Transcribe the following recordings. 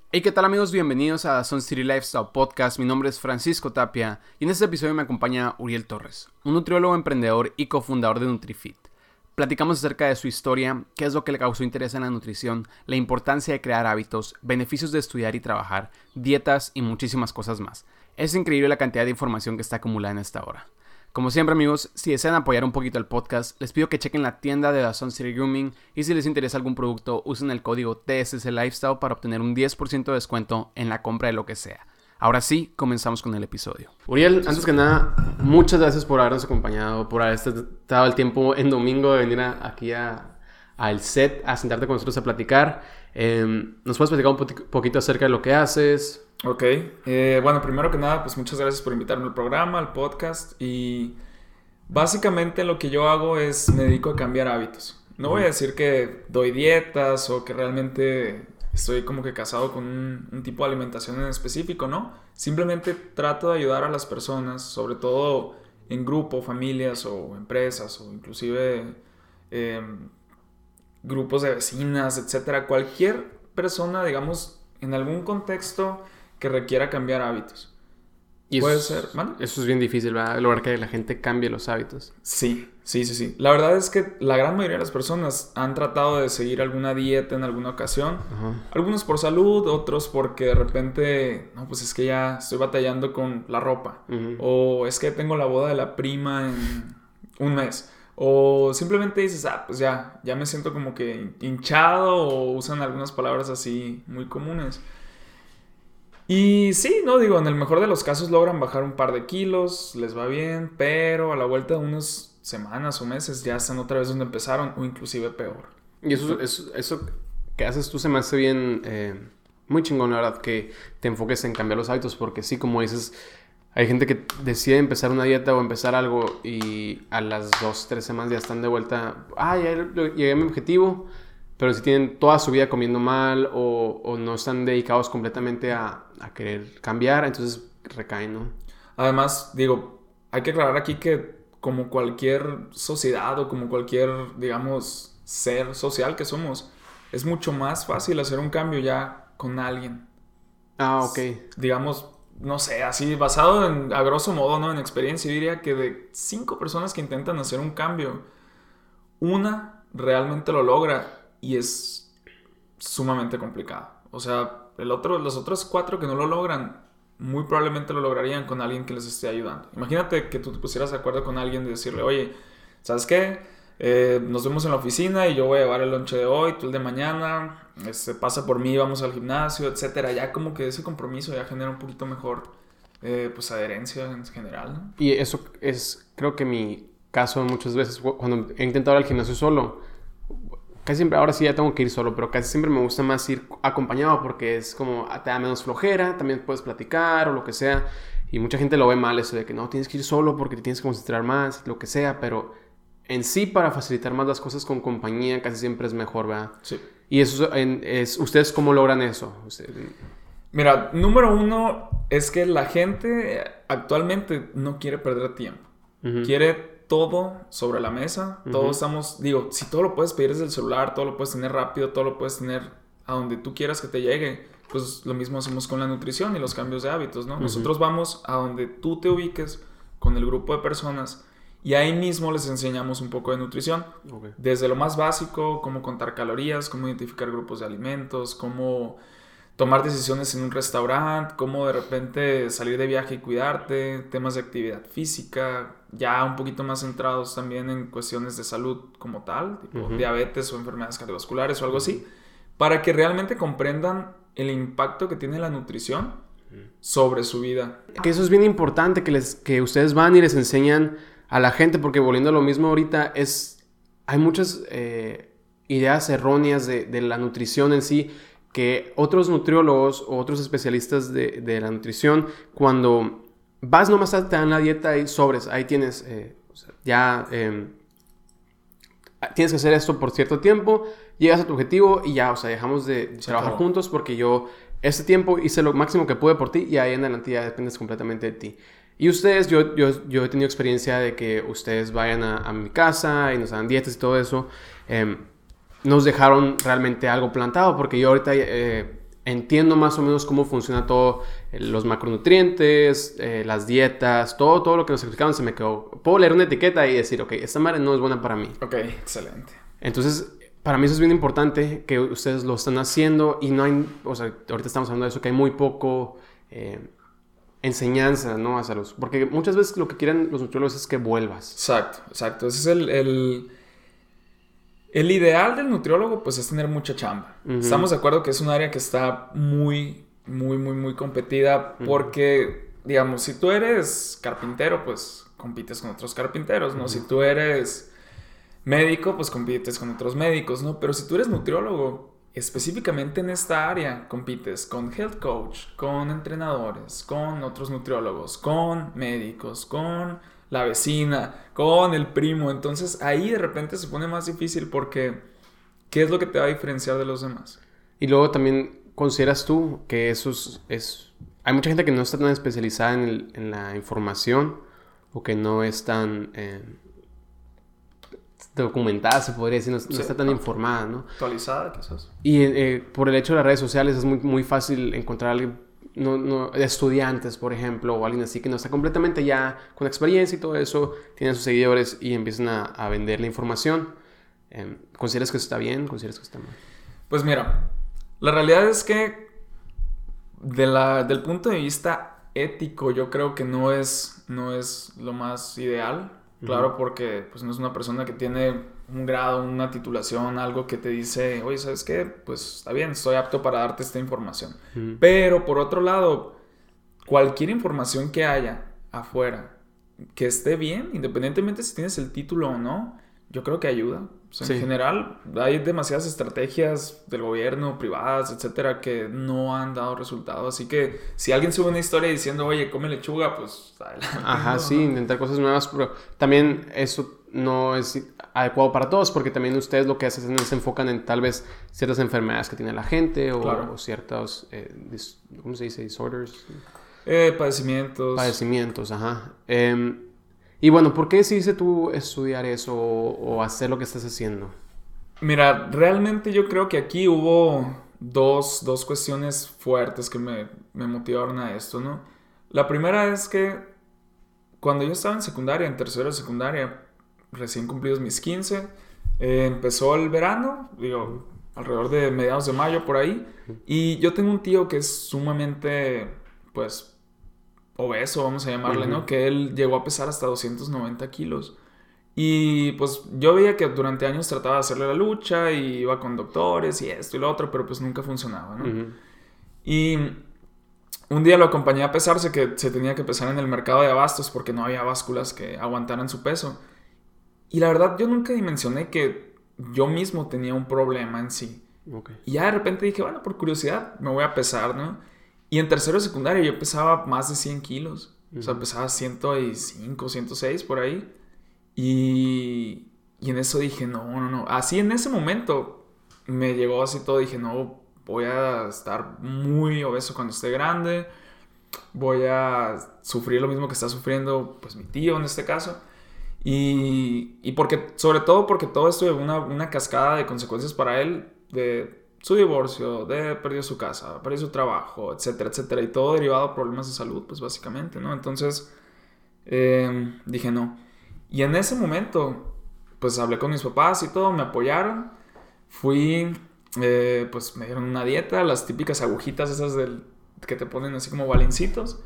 Hey, ¿qué tal amigos? Bienvenidos a Sun City Lifestyle Podcast. Mi nombre es Francisco Tapia y en este episodio me acompaña Uriel Torres, un nutriólogo emprendedor y cofundador de NutriFit. Platicamos acerca de su historia, qué es lo que le causó interés en la nutrición, la importancia de crear hábitos, beneficios de estudiar y trabajar, dietas y muchísimas cosas más. Es increíble la cantidad de información que está acumulada en esta hora. Como siempre amigos, si desean apoyar un poquito el podcast, les pido que chequen la tienda de la Sun City Grooming y si les interesa algún producto, usen el código TSC Lifestyle para obtener un 10% de descuento en la compra de lo que sea. Ahora sí, comenzamos con el episodio. Uriel, antes que nada, muchas gracias por habernos acompañado, por haber estado el tiempo en domingo de venir aquí al set a sentarte con nosotros a platicar. ¿Nos puedes platicar un poquito acerca de lo que haces? Ok, bueno, primero que nada, pues muchas gracias por invitarme al programa, al podcast. Y básicamente lo que yo hago es, me dedico a cambiar hábitos. No voy a decir que doy dietas o que realmente estoy como que casado con un tipo de alimentación en específico, ¿no? Simplemente trato de ayudar a las personas, sobre todo en grupo, familias o empresas o inclusive grupos de vecinas, etcétera. Cualquier persona, digamos, en algún contexto que requiera cambiar hábitos. Y Puede ser, ¿vale? Eso es bien difícil, ¿verdad? Lograr que la gente cambie los hábitos. Sí. La verdad es que la gran mayoría de las personas han tratado de seguir alguna dieta en alguna ocasión. Ajá. Algunos por salud, otros porque de repente, no, pues es que ya estoy batallando con la ropa. O es que tengo la boda de la prima en un mes. O simplemente dices, pues ya me siento como que hinchado, o usan algunas palabras así muy comunes. Y sí, no digo, en el mejor de los casos logran bajar un par de kilos, les va bien, pero a la vuelta de unas semanas o meses ya están otra vez donde empezaron, o inclusive peor. Y eso que haces tú se me hace bien, muy chingón, la verdad, que te enfoques en cambiar los hábitos, porque sí, como dices, hay gente que decide empezar una dieta o empezar algo y a las 2-3 semanas ya están de vuelta, ya llegué a mi objetivo, pero si tienen toda su vida comiendo mal o no están dedicados completamente a querer cambiar, entonces recaen, ¿no? Además, digo, hay que aclarar aquí que como cualquier sociedad o como cualquier, digamos, ser social que somos, es mucho más fácil hacer un cambio ya con alguien. Ok. Digamos, no sé, así basado a grosso modo, ¿no? En experiencia, yo diría que de 5 personas que intentan hacer un cambio, una realmente lo logra y es sumamente complicado. O sea, los otros 4 que no lo logran, muy probablemente lo lograrían con alguien que les esté ayudando. Imagínate que tú te pusieras de acuerdo con alguien y decirle, oye, ¿sabes qué? Nos vemos en la oficina y yo voy a llevar el lonche de hoy, tú el de mañana, pasa por mí, vamos al gimnasio, etcétera. Ya como que ese compromiso ya genera un poquito mejor pues adherencia en general, ¿no? Y eso es, creo que mi caso muchas veces, cuando he intentado ir al gimnasio solo, casi siempre, ahora sí ya tengo que ir solo, pero casi siempre me gusta más ir acompañado porque es como, te da menos flojera, también puedes platicar o lo que sea. Y mucha gente lo ve mal eso de que no, tienes que ir solo porque te tienes que concentrar más, lo que sea, pero en sí para facilitar más las cosas con compañía casi siempre es mejor, ¿verdad? Sí. Y eso ¿ustedes cómo logran eso? Mira, número 1 es que la gente actualmente no quiere perder tiempo. Quiere todo sobre la mesa. Todos estamos, digo, si todo lo puedes pedir desde el celular, todo lo puedes tener rápido, todo lo puedes tener a donde tú quieras que te llegue, pues lo mismo hacemos con la nutrición y los cambios de hábitos, ¿no? Nosotros vamos a donde tú te ubiques con el grupo de personas y ahí mismo les enseñamos un poco de nutrición. Okay. Desde lo más básico, cómo contar calorías, cómo identificar grupos de alimentos, cómo tomar decisiones en un restaurante, cómo de repente salir de viaje y cuidarte, temas de actividad física, ya un poquito más centrados también en cuestiones de salud como tal, tipo diabetes o enfermedades cardiovasculares o algo así, para que realmente comprendan el impacto que tiene la nutrición sobre su vida. Que eso es bien importante, que ustedes van y les enseñan a la gente, porque volviendo a lo mismo ahorita, hay muchas ideas erróneas de la nutrición en sí, que otros nutriólogos o otros especialistas de la nutrición, cuando vas nomás te dan la dieta y sobres, ahí tienes, tienes que hacer esto por cierto tiempo, llegas a tu objetivo y ya, o sea, dejamos de trabajar juntos porque yo este tiempo hice lo máximo que pude por ti y ahí en adelante ya dependes completamente de ti. Y ustedes, yo he tenido experiencia de que ustedes vayan a mi casa y nos hagan dietas y todo eso, nos dejaron realmente algo plantado porque yo ahorita entiendo más o menos cómo funciona todo, los macronutrientes, las dietas, todo lo que nos explicaban se me quedó. Puedo leer una etiqueta y decir, ok, esta madre no es buena para mí. Ok, excelente. Entonces, para mí eso es bien importante, que ustedes lo están haciendo y no hay, o sea, ahorita estamos hablando de eso, que hay muy poco enseñanza, ¿no? Hacia porque muchas veces lo que quieren los nutriólogos es que vuelvas. Exacto. Ese es el ideal del nutriólogo, pues, es tener mucha chamba. Uh-huh. Estamos de acuerdo que es un área que está muy competida porque, digamos, si tú eres carpintero, pues compites con otros carpinteros, ¿no? Uh-huh. Si tú eres médico, pues compites con otros médicos, ¿no? Pero si tú eres nutriólogo, específicamente en esta área, compites con health coach, con entrenadores, con otros nutriólogos, con médicos, con la vecina, con el primo. Entonces ahí de repente se pone más difícil porque ¿qué es lo que te va a diferenciar de los demás? Y luego también consideras tú que eso es... Hay mucha gente que no está tan especializada en la información o que no es tan documentada, se podría decir, no está tan informada, ¿no? Actualizada, quizás. Y por el hecho de las redes sociales es muy fácil encontrar a alguien, de estudiantes, por ejemplo, o alguien así que no está completamente ya con experiencia y todo eso, tienen sus seguidores y empiezan a vender la información. ¿Consideras que eso está bien? ¿Consideras que está mal? Pues mira, la realidad es que del punto de vista ético, yo creo que no es lo más ideal. Claro, porque pues no es una persona que tiene un grado, una titulación, algo que te dice, oye, ¿sabes qué? Pues está bien, estoy apto para darte esta información. Pero por otro lado, cualquier información que haya afuera que esté bien, independientemente si tienes el título o no, yo creo que ayuda. O sea, sí. En general, hay demasiadas estrategias del gobierno, privadas, etcétera, que no han dado resultado. Así que si alguien sube una historia diciendo, oye, come lechuga, pues adelante. Ajá, ¿no? Sí, intentar cosas nuevas, pero también eso no es adecuado para todos, porque también ustedes lo que hacen es se enfocan en tal vez ciertas enfermedades que tiene la gente o, claro, o ciertos, ¿cómo se dice? Disorders. Padecimientos, ajá. Y bueno, ¿por qué decidiste tú estudiar eso o hacer lo que estás haciendo? Mira, realmente yo creo que aquí hubo dos cuestiones fuertes que me motivaron a esto, ¿no? La primera es que cuando yo estaba en secundaria, en tercero de secundaria, recién cumplidos mis 15, empezó el verano, digo, alrededor de mediados de mayo por ahí, y yo tengo un tío que es sumamente, pues, obeso, vamos a llamarle, ¿no? Que él llegó a pesar hasta 290 kilos. Y pues yo veía que durante años trataba de hacerle la lucha y iba con doctores y esto y lo otro, pero pues nunca funcionaba, ¿no? Y un día lo acompañé a pesarse, que se tenía que pesar en el mercado de abastos porque no había básculas que aguantaran su peso. Y la verdad yo nunca dimensioné que yo mismo tenía un problema en sí. Okay. Y ya de repente dije, bueno, por curiosidad me voy a pesar, ¿no? Y en tercero de secundaria yo pesaba más de 100 kilos. O sea, pesaba 105, 106 por ahí. Y en eso dije, no. Así en ese momento me llegó así todo. Dije, no, voy a estar muy obeso cuando esté grande. Voy a sufrir lo mismo que está sufriendo, pues, mi tío en este caso. Y porque, sobre todo porque todo esto llevó una cascada de consecuencias para él, de su divorcio, perdió su casa, perdió su trabajo, etcétera, etcétera. Y todo derivado de problemas de salud, pues básicamente, ¿no? Entonces, dije no. Y en ese momento, pues hablé con mis papás y todo, me apoyaron. Fui, pues me dieron una dieta, las típicas agujitas esas que te ponen así como balincitos.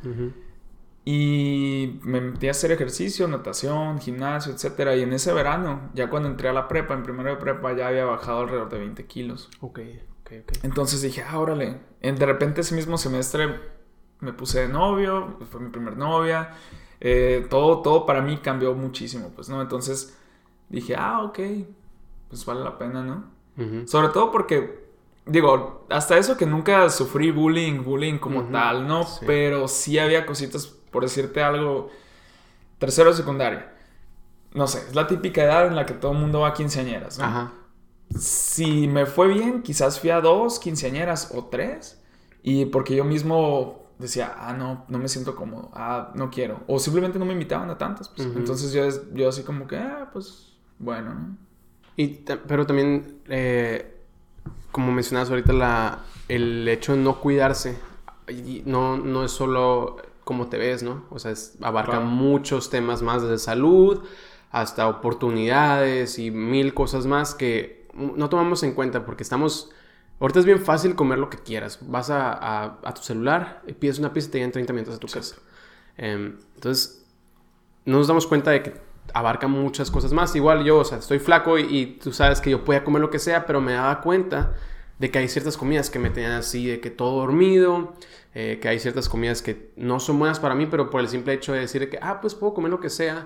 Y me metí a hacer ejercicio, natación, gimnasio, etcétera. Y en ese verano, ya cuando entré a la prepa, en primero de prepa, ya había bajado alrededor de 20 kilos. Ok. Entonces dije, órale. De repente ese mismo semestre me puse de novio, fue mi primer novia. Todo para mí cambió muchísimo, pues, ¿no? Entonces dije, ok, pues vale la pena, ¿no? Sobre todo porque, digo, hasta eso que nunca sufrí bullying como tal, ¿no? Sí. Pero sí había cositas, por decirte algo, tercero de secundaria. No sé, es la típica edad en la que todo el mundo va a quinceañeras, ¿no? Ajá. Si me fue bien, quizás fui a 2 quinceañeras o 3. Y porque yo mismo decía, no me siento cómodo, no quiero. O simplemente no me invitaban a tantas, pues. Entonces yo así como que, pues, bueno, ¿no? Pero también, como mencionabas ahorita, el hecho de no cuidarse no es solo cómo te ves, ¿no? O sea, abarca muchos temas más, desde salud hasta oportunidades y mil cosas más que no tomamos en cuenta porque ahorita es bien fácil comer lo que quieras. Vas a tu celular, pides una pizza y te llegan 30 minutos a tu casa. Entonces, no nos damos cuenta de que abarca muchas cosas más. Igual yo, o sea, estoy flaco y tú sabes que yo podía comer lo que sea, pero me daba cuenta de que hay ciertas comidas que me tenían así, de que todo dormido, que hay ciertas comidas que no son buenas para mí, pero por el simple hecho de decir que, pues puedo comer lo que sea,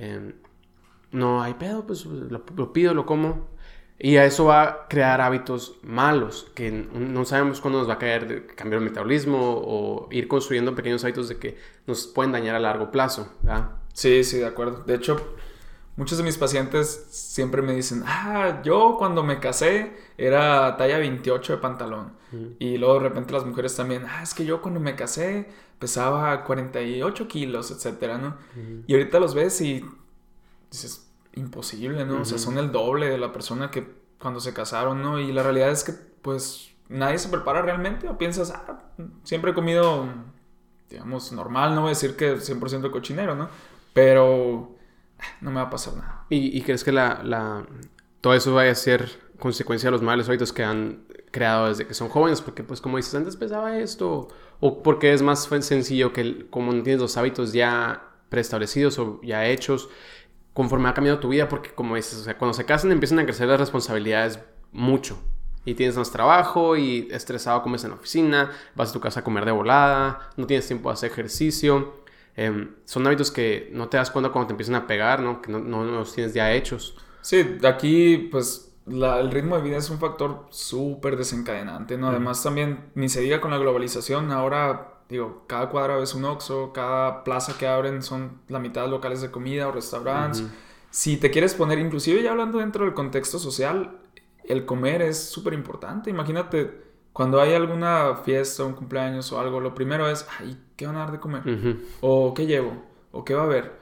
no hay pedo, pues lo pido, lo como. Y a eso va a crear hábitos malos, que no sabemos cuándo nos va a caer de cambiar el metabolismo o ir construyendo pequeños hábitos de que nos pueden dañar a largo plazo, ¿verdad? Sí, de acuerdo. De hecho, muchos de mis pacientes siempre me dicen, yo cuando me casé era talla 28 de pantalón. Y luego de repente las mujeres también, es que yo cuando me casé pesaba 48 kilos, etcétera, ¿no? Y ahorita los ves y dices, imposible, ¿no? O sea, son el doble de la persona que cuando se casaron, ¿no? Y la realidad es que, pues, nadie se prepara realmente. O piensas, siempre he comido, digamos, normal. No voy a decir que 100% cochinero, ¿no? Pero no me va a pasar nada. ¿Y crees que todo eso vaya a ser consecuencia de los malos hábitos que han creado desde que son jóvenes? Porque, pues, como dices, antes pesaba esto. O porque es más sencillo que como no tienes los hábitos ya preestablecidos o ya hechos, conforme ha cambiado tu vida, porque como dices, o sea, cuando se casan empiezan a crecer las responsabilidades mucho. Y tienes más trabajo y estresado comes en la oficina, vas a tu casa a comer de volada, no tienes tiempo de hacer ejercicio. Son hábitos que no te das cuenta cuando te empiezan a pegar, ¿no? Que no los tienes ya hechos. Sí, aquí pues el ritmo de vida es un factor súper desencadenante, ¿no? Además también, ni se diga con la globalización, ahora... Digo, cada cuadra ves un Oxxo, cada plaza que abren son la mitad de locales de comida o restaurantes. Si te quieres poner, inclusive ya hablando dentro del contexto social, el comer es súper importante. Imagínate, cuando hay alguna fiesta, un cumpleaños o algo, lo primero es, ¿qué van a dar de comer? O ¿qué llevo? O ¿qué va a haber?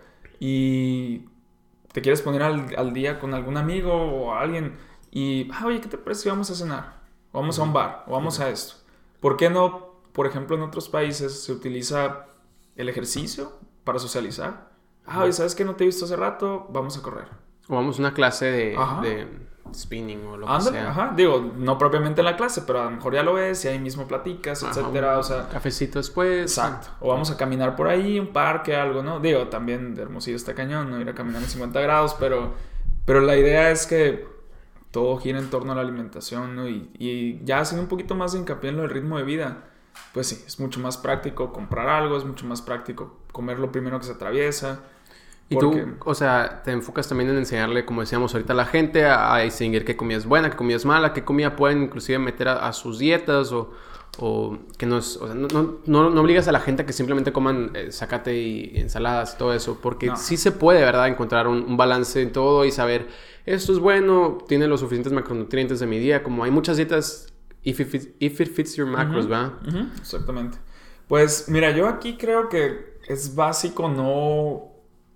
Y te quieres poner al día con algún amigo o alguien y, oye, ¿qué te parece si vamos a cenar? O vamos a un bar, o vamos a esto. ¿Por qué no? Por ejemplo, en otros países se utiliza el ejercicio para socializar. Oye, ¿sabes qué? No te he visto hace rato, vamos a correr. O vamos a una clase de spinning o lo que sea. Digo, no propiamente en la clase, pero a lo mejor ya lo ves y ahí mismo platicas, etcétera. O sea, cafecito después. Exacto. O vamos a caminar por ahí, un parque, algo, ¿no? Digo, también de Hermosillo está cañón, no ir a caminar en 50 grados, pero la idea es que todo gira en torno a la alimentación, ¿no? Y ya haciendo un poquito más de hincapié en lo del ritmo de vida, pues sí, es mucho más práctico comprar algo, es mucho más práctico comer lo primero que se atraviesa. Y tú, o sea, te enfocas también en enseñarle, como decíamos ahorita, a la gente a distinguir qué comida es buena, qué comida es mala, qué comida pueden inclusive meter a sus dietas o que no es... O sea, no obligas a la gente a que simplemente coman zacate y ensaladas y todo eso, porque sí se puede, ¿verdad? Encontrar un balance en todo y saber, esto es bueno, tiene los suficientes macronutrientes de mi día, como hay muchas dietas... If it fits your macros, ¿verdad? Exactamente. Pues mira, yo aquí creo que es básico no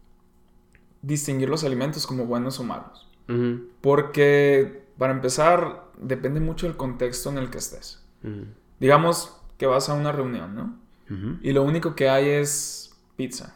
distinguir los alimentos como buenos o malos. Porque, para empezar, depende mucho del contexto en el que estés. Digamos que vas a una reunión, ¿no? Y lo único que hay es pizza.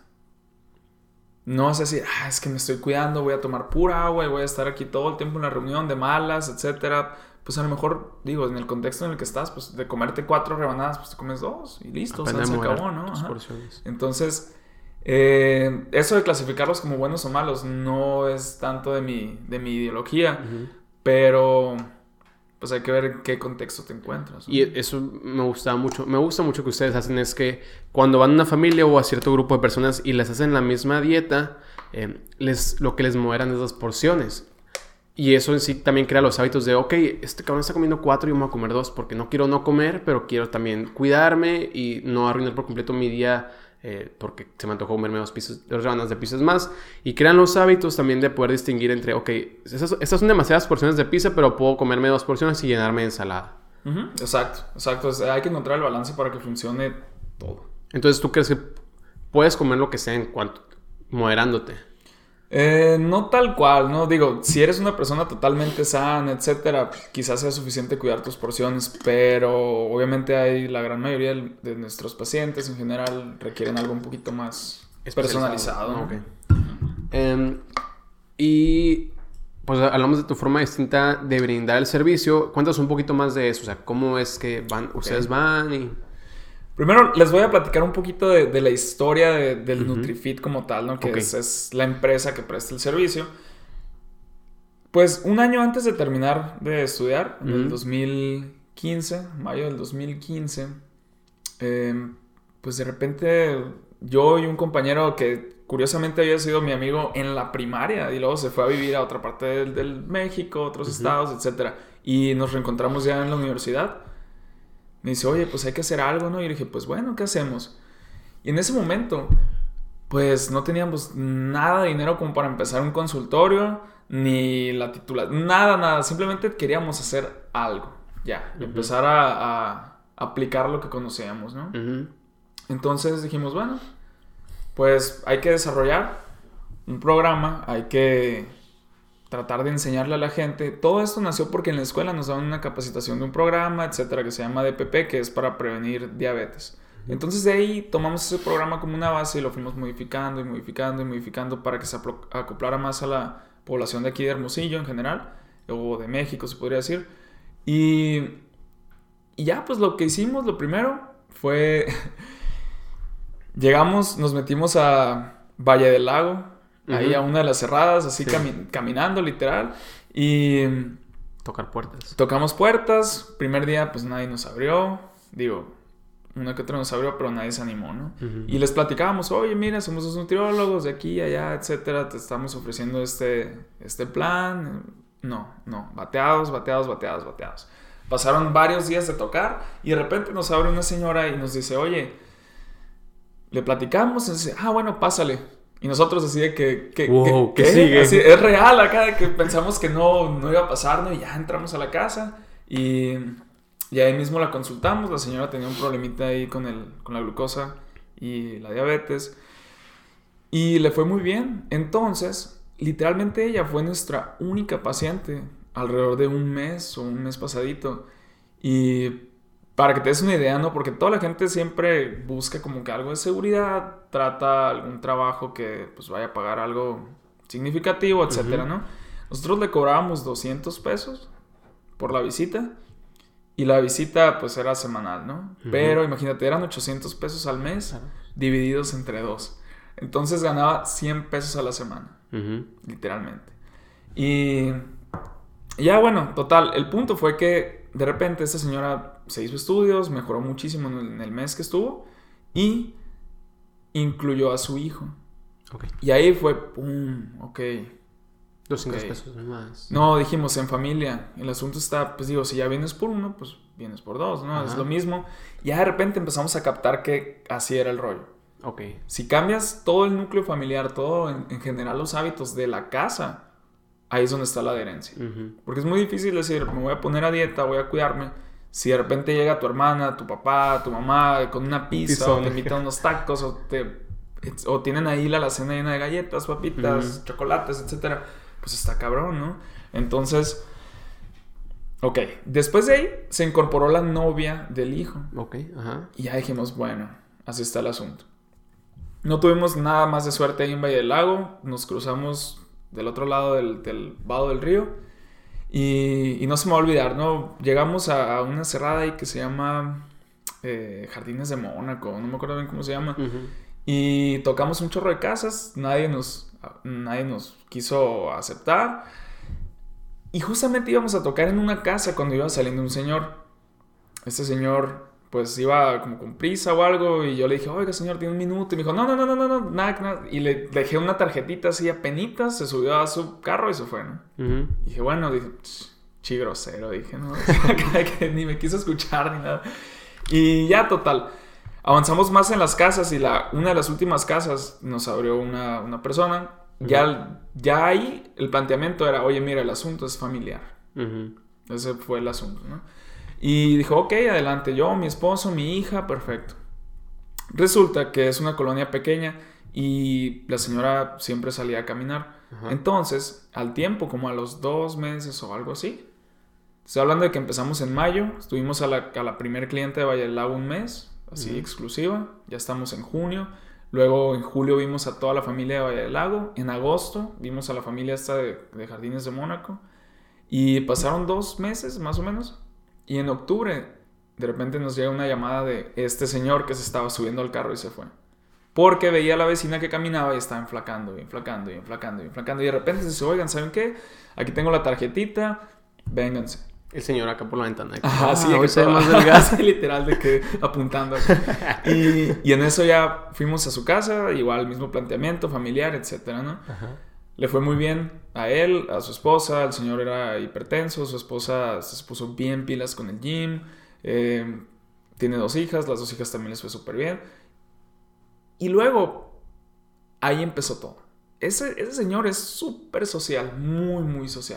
No vas a decir, es que me estoy cuidando, voy a tomar pura agua y voy a estar aquí todo el tiempo en la reunión de malas, etcétera. Pues a lo mejor, digo, en el contexto en el que estás, pues de comerte 4 rebanadas, pues te comes 2 y listo, o sea, se acabó, ¿no? Entonces, eso de clasificarlos como buenos o malos no es tanto de mi ideología, pero pues hay que ver en qué contexto te encuentras, ¿no? Y eso me gusta mucho que ustedes hacen, es que cuando van a una familia o a cierto grupo de personas y les hacen la misma dieta, lo que les moderan es las porciones. Y eso en sí también crea los hábitos de, este cabrón está comiendo 4 y yo me voy a comer 2 porque no quiero no comer, pero quiero también cuidarme y no arruinar por completo mi día porque se me antojó comerme 2 rebanadas de pizzas más. Y crean los hábitos también de poder distinguir entre, estas son demasiadas porciones de pizza, pero puedo comerme 2 porciones y llenarme de ensalada. Exacto. O sea, hay que encontrar el balance para que funcione todo. Entonces, ¿tú crees que puedes comer lo que sea en cuanto moderándote? No tal cual, ¿no? Digo, si eres una persona totalmente sana, etcétera, quizás sea suficiente cuidar tus porciones, pero obviamente la gran mayoría de nuestros pacientes en general requieren algo un poquito más personalizado, ¿no? Okay. Y pues hablamos de tu forma distinta de brindar el servicio. Cuéntanos un poquito más de eso, o sea, cómo es que ustedes van y... Primero les voy a platicar un poquito de la historia del NutriFit como tal, ¿no? Que es la empresa que presta el servicio. Pues un año antes de terminar de estudiar, en el 2015, mayo del 2015, pues de repente yo y un compañero que curiosamente había sido mi amigo en la primaria y luego se fue a vivir a otra parte del México, otros estados, etcétera, y nos reencontramos ya en la universidad. Me dice, oye, pues hay que hacer algo, ¿no? Y yo le dije, pues bueno, ¿qué hacemos? Y en ese momento, pues no teníamos nada de dinero como para empezar un consultorio, ni la titulación, nada. Simplemente queríamos hacer algo, ya. Empezar a aplicar lo que conocíamos, ¿no? Entonces dijimos, bueno, pues hay que desarrollar un programa, hay que tratar de enseñarle a la gente. Todo esto nació porque en la escuela nos daban una capacitación de un programa, etcétera, que se llama DPP, que es para prevenir diabetes. Entonces de ahí tomamos ese programa como una base y lo fuimos modificando para que se acoplara más a la población de aquí de Hermosillo en general, o de México se podría decir. Y ya, pues lo que hicimos, lo primero fue... Llegamos, nos metimos a Valle del Lago, ahí a una de las cerradas, así caminando literal, y... Tocar puertas. Tocamos puertas, primer día pues nadie nos abrió, digo, uno que otro nos abrió, pero nadie se animó, ¿no? Y les platicábamos, oye, mira, somos los nutriólogos de aquí, allá, etcétera, te estamos ofreciendo este plan. No, bateados. Pasaron varios días de tocar y de repente nos abre una señora y nos dice, oye, le platicamos, y nos dice, bueno, pásale. Y nosotros así de que ¿qué sigue? Así, es real acá, de que pensamos que no iba a pasar, ¿no? Y ya entramos a la casa y ahí mismo la consultamos. La señora tenía un problemita ahí con la glucosa y la diabetes. Y le fue muy bien. Entonces, literalmente ella fue nuestra única paciente alrededor de un mes o un mes pasadito. Y... para que te des una idea, ¿no? Porque toda la gente siempre busca como que algo de seguridad, trata algún trabajo que pues vaya a pagar algo significativo, etcétera, ¿no? Nosotros le cobrábamos 200 pesos por la visita y la visita pues era semanal, ¿no? Pero imagínate, eran 800 pesos al mes divididos entre 2. Entonces ganaba 100 pesos a la semana, literalmente. Y ya bueno, total, el punto fue que de repente esta señora se hizo estudios, mejoró muchísimo en el mes que estuvo y incluyó a su hijo. Y ahí fue, ¡pum! 200 pesos más. No, dijimos en familia. El asunto está, pues digo, si ya vienes por uno, pues vienes por dos, ¿no? Es lo mismo. Y ya de repente empezamos a captar que así era el rollo. Si cambias todo el núcleo familiar, todo en general los hábitos de la casa, ahí es donde está la adherencia. Porque es muy difícil decir, me voy a poner a dieta, voy a cuidarme. Si de repente llega tu hermana, tu papá, tu mamá con una pizza o te invitan unos tacos o tienen ahí la alacena llena de galletas, papitas, chocolates, etcétera, pues está cabrón, ¿no? Entonces, después de ahí se incorporó la novia del hijo. Y ya dijimos, bueno, así está el asunto. No tuvimos nada más de suerte ahí en Valle del Lago. Nos cruzamos del otro lado del vado del río. Y no se me va a olvidar, ¿no? Llegamos a una cerrada ahí que se llama Jardines de Mónaco. No me acuerdo bien cómo se llama. Y tocamos un chorro de casas. Nadie nos quiso aceptar. Y justamente íbamos a tocar en una casa cuando iba saliendo un señor. Este señor pues iba como con prisa o algo, y yo le dije, oiga señor, tiene un minuto, y me dijo, no, nada, y le dejé una tarjetita así apenitas, se subió a su carro y se fue, ¿no? Y dije, bueno, chi grosero, dije, ¿no? Que ni me quiso escuchar ni nada. Y ya, total, avanzamos más en las casas, y una de las últimas casas nos abrió una persona. Ya ahí el planteamiento era, oye, mira, el asunto es familiar. Ese fue el asunto, ¿no? Y dijo, adelante, yo, mi esposo, mi hija, perfecto. Resulta que es una colonia pequeña y la señora siempre salía a caminar. Ajá. Entonces, al tiempo, como a los 2 meses o algo así, estoy hablando de que empezamos en mayo, estuvimos a la primer cliente de Valle del Lago un mes, así exclusiva, ya estamos en junio, luego en julio vimos a toda la familia de Valle del Lago, en agosto vimos a la familia esta de Jardines de Mónaco, y pasaron 2 meses más o menos, y en octubre de repente nos llega una llamada de este señor que se estaba subiendo al carro y se fue. Porque veía a la vecina que caminaba y estaba enflacando, y enflacando, y enflacando, y enflacando. Y de repente dice, oigan, ¿saben qué? Aquí tengo la tarjetita, vénganse. El señor acá por la ventana. Ajá, sí, hoy que se ve más delgado. delgado. Literal, de que apuntando. Y en eso ya fuimos a su casa, igual, mismo planteamiento, familiar, etcétera, ¿no? Ajá. Le fue muy bien a él, a su esposa. El señor era hipertenso, su esposa se puso bien pilas con el gym. Tiene 2 hijas, las 2 hijas también les fue súper bien. Y luego, ahí empezó todo. Ese señor es súper social, muy, muy social.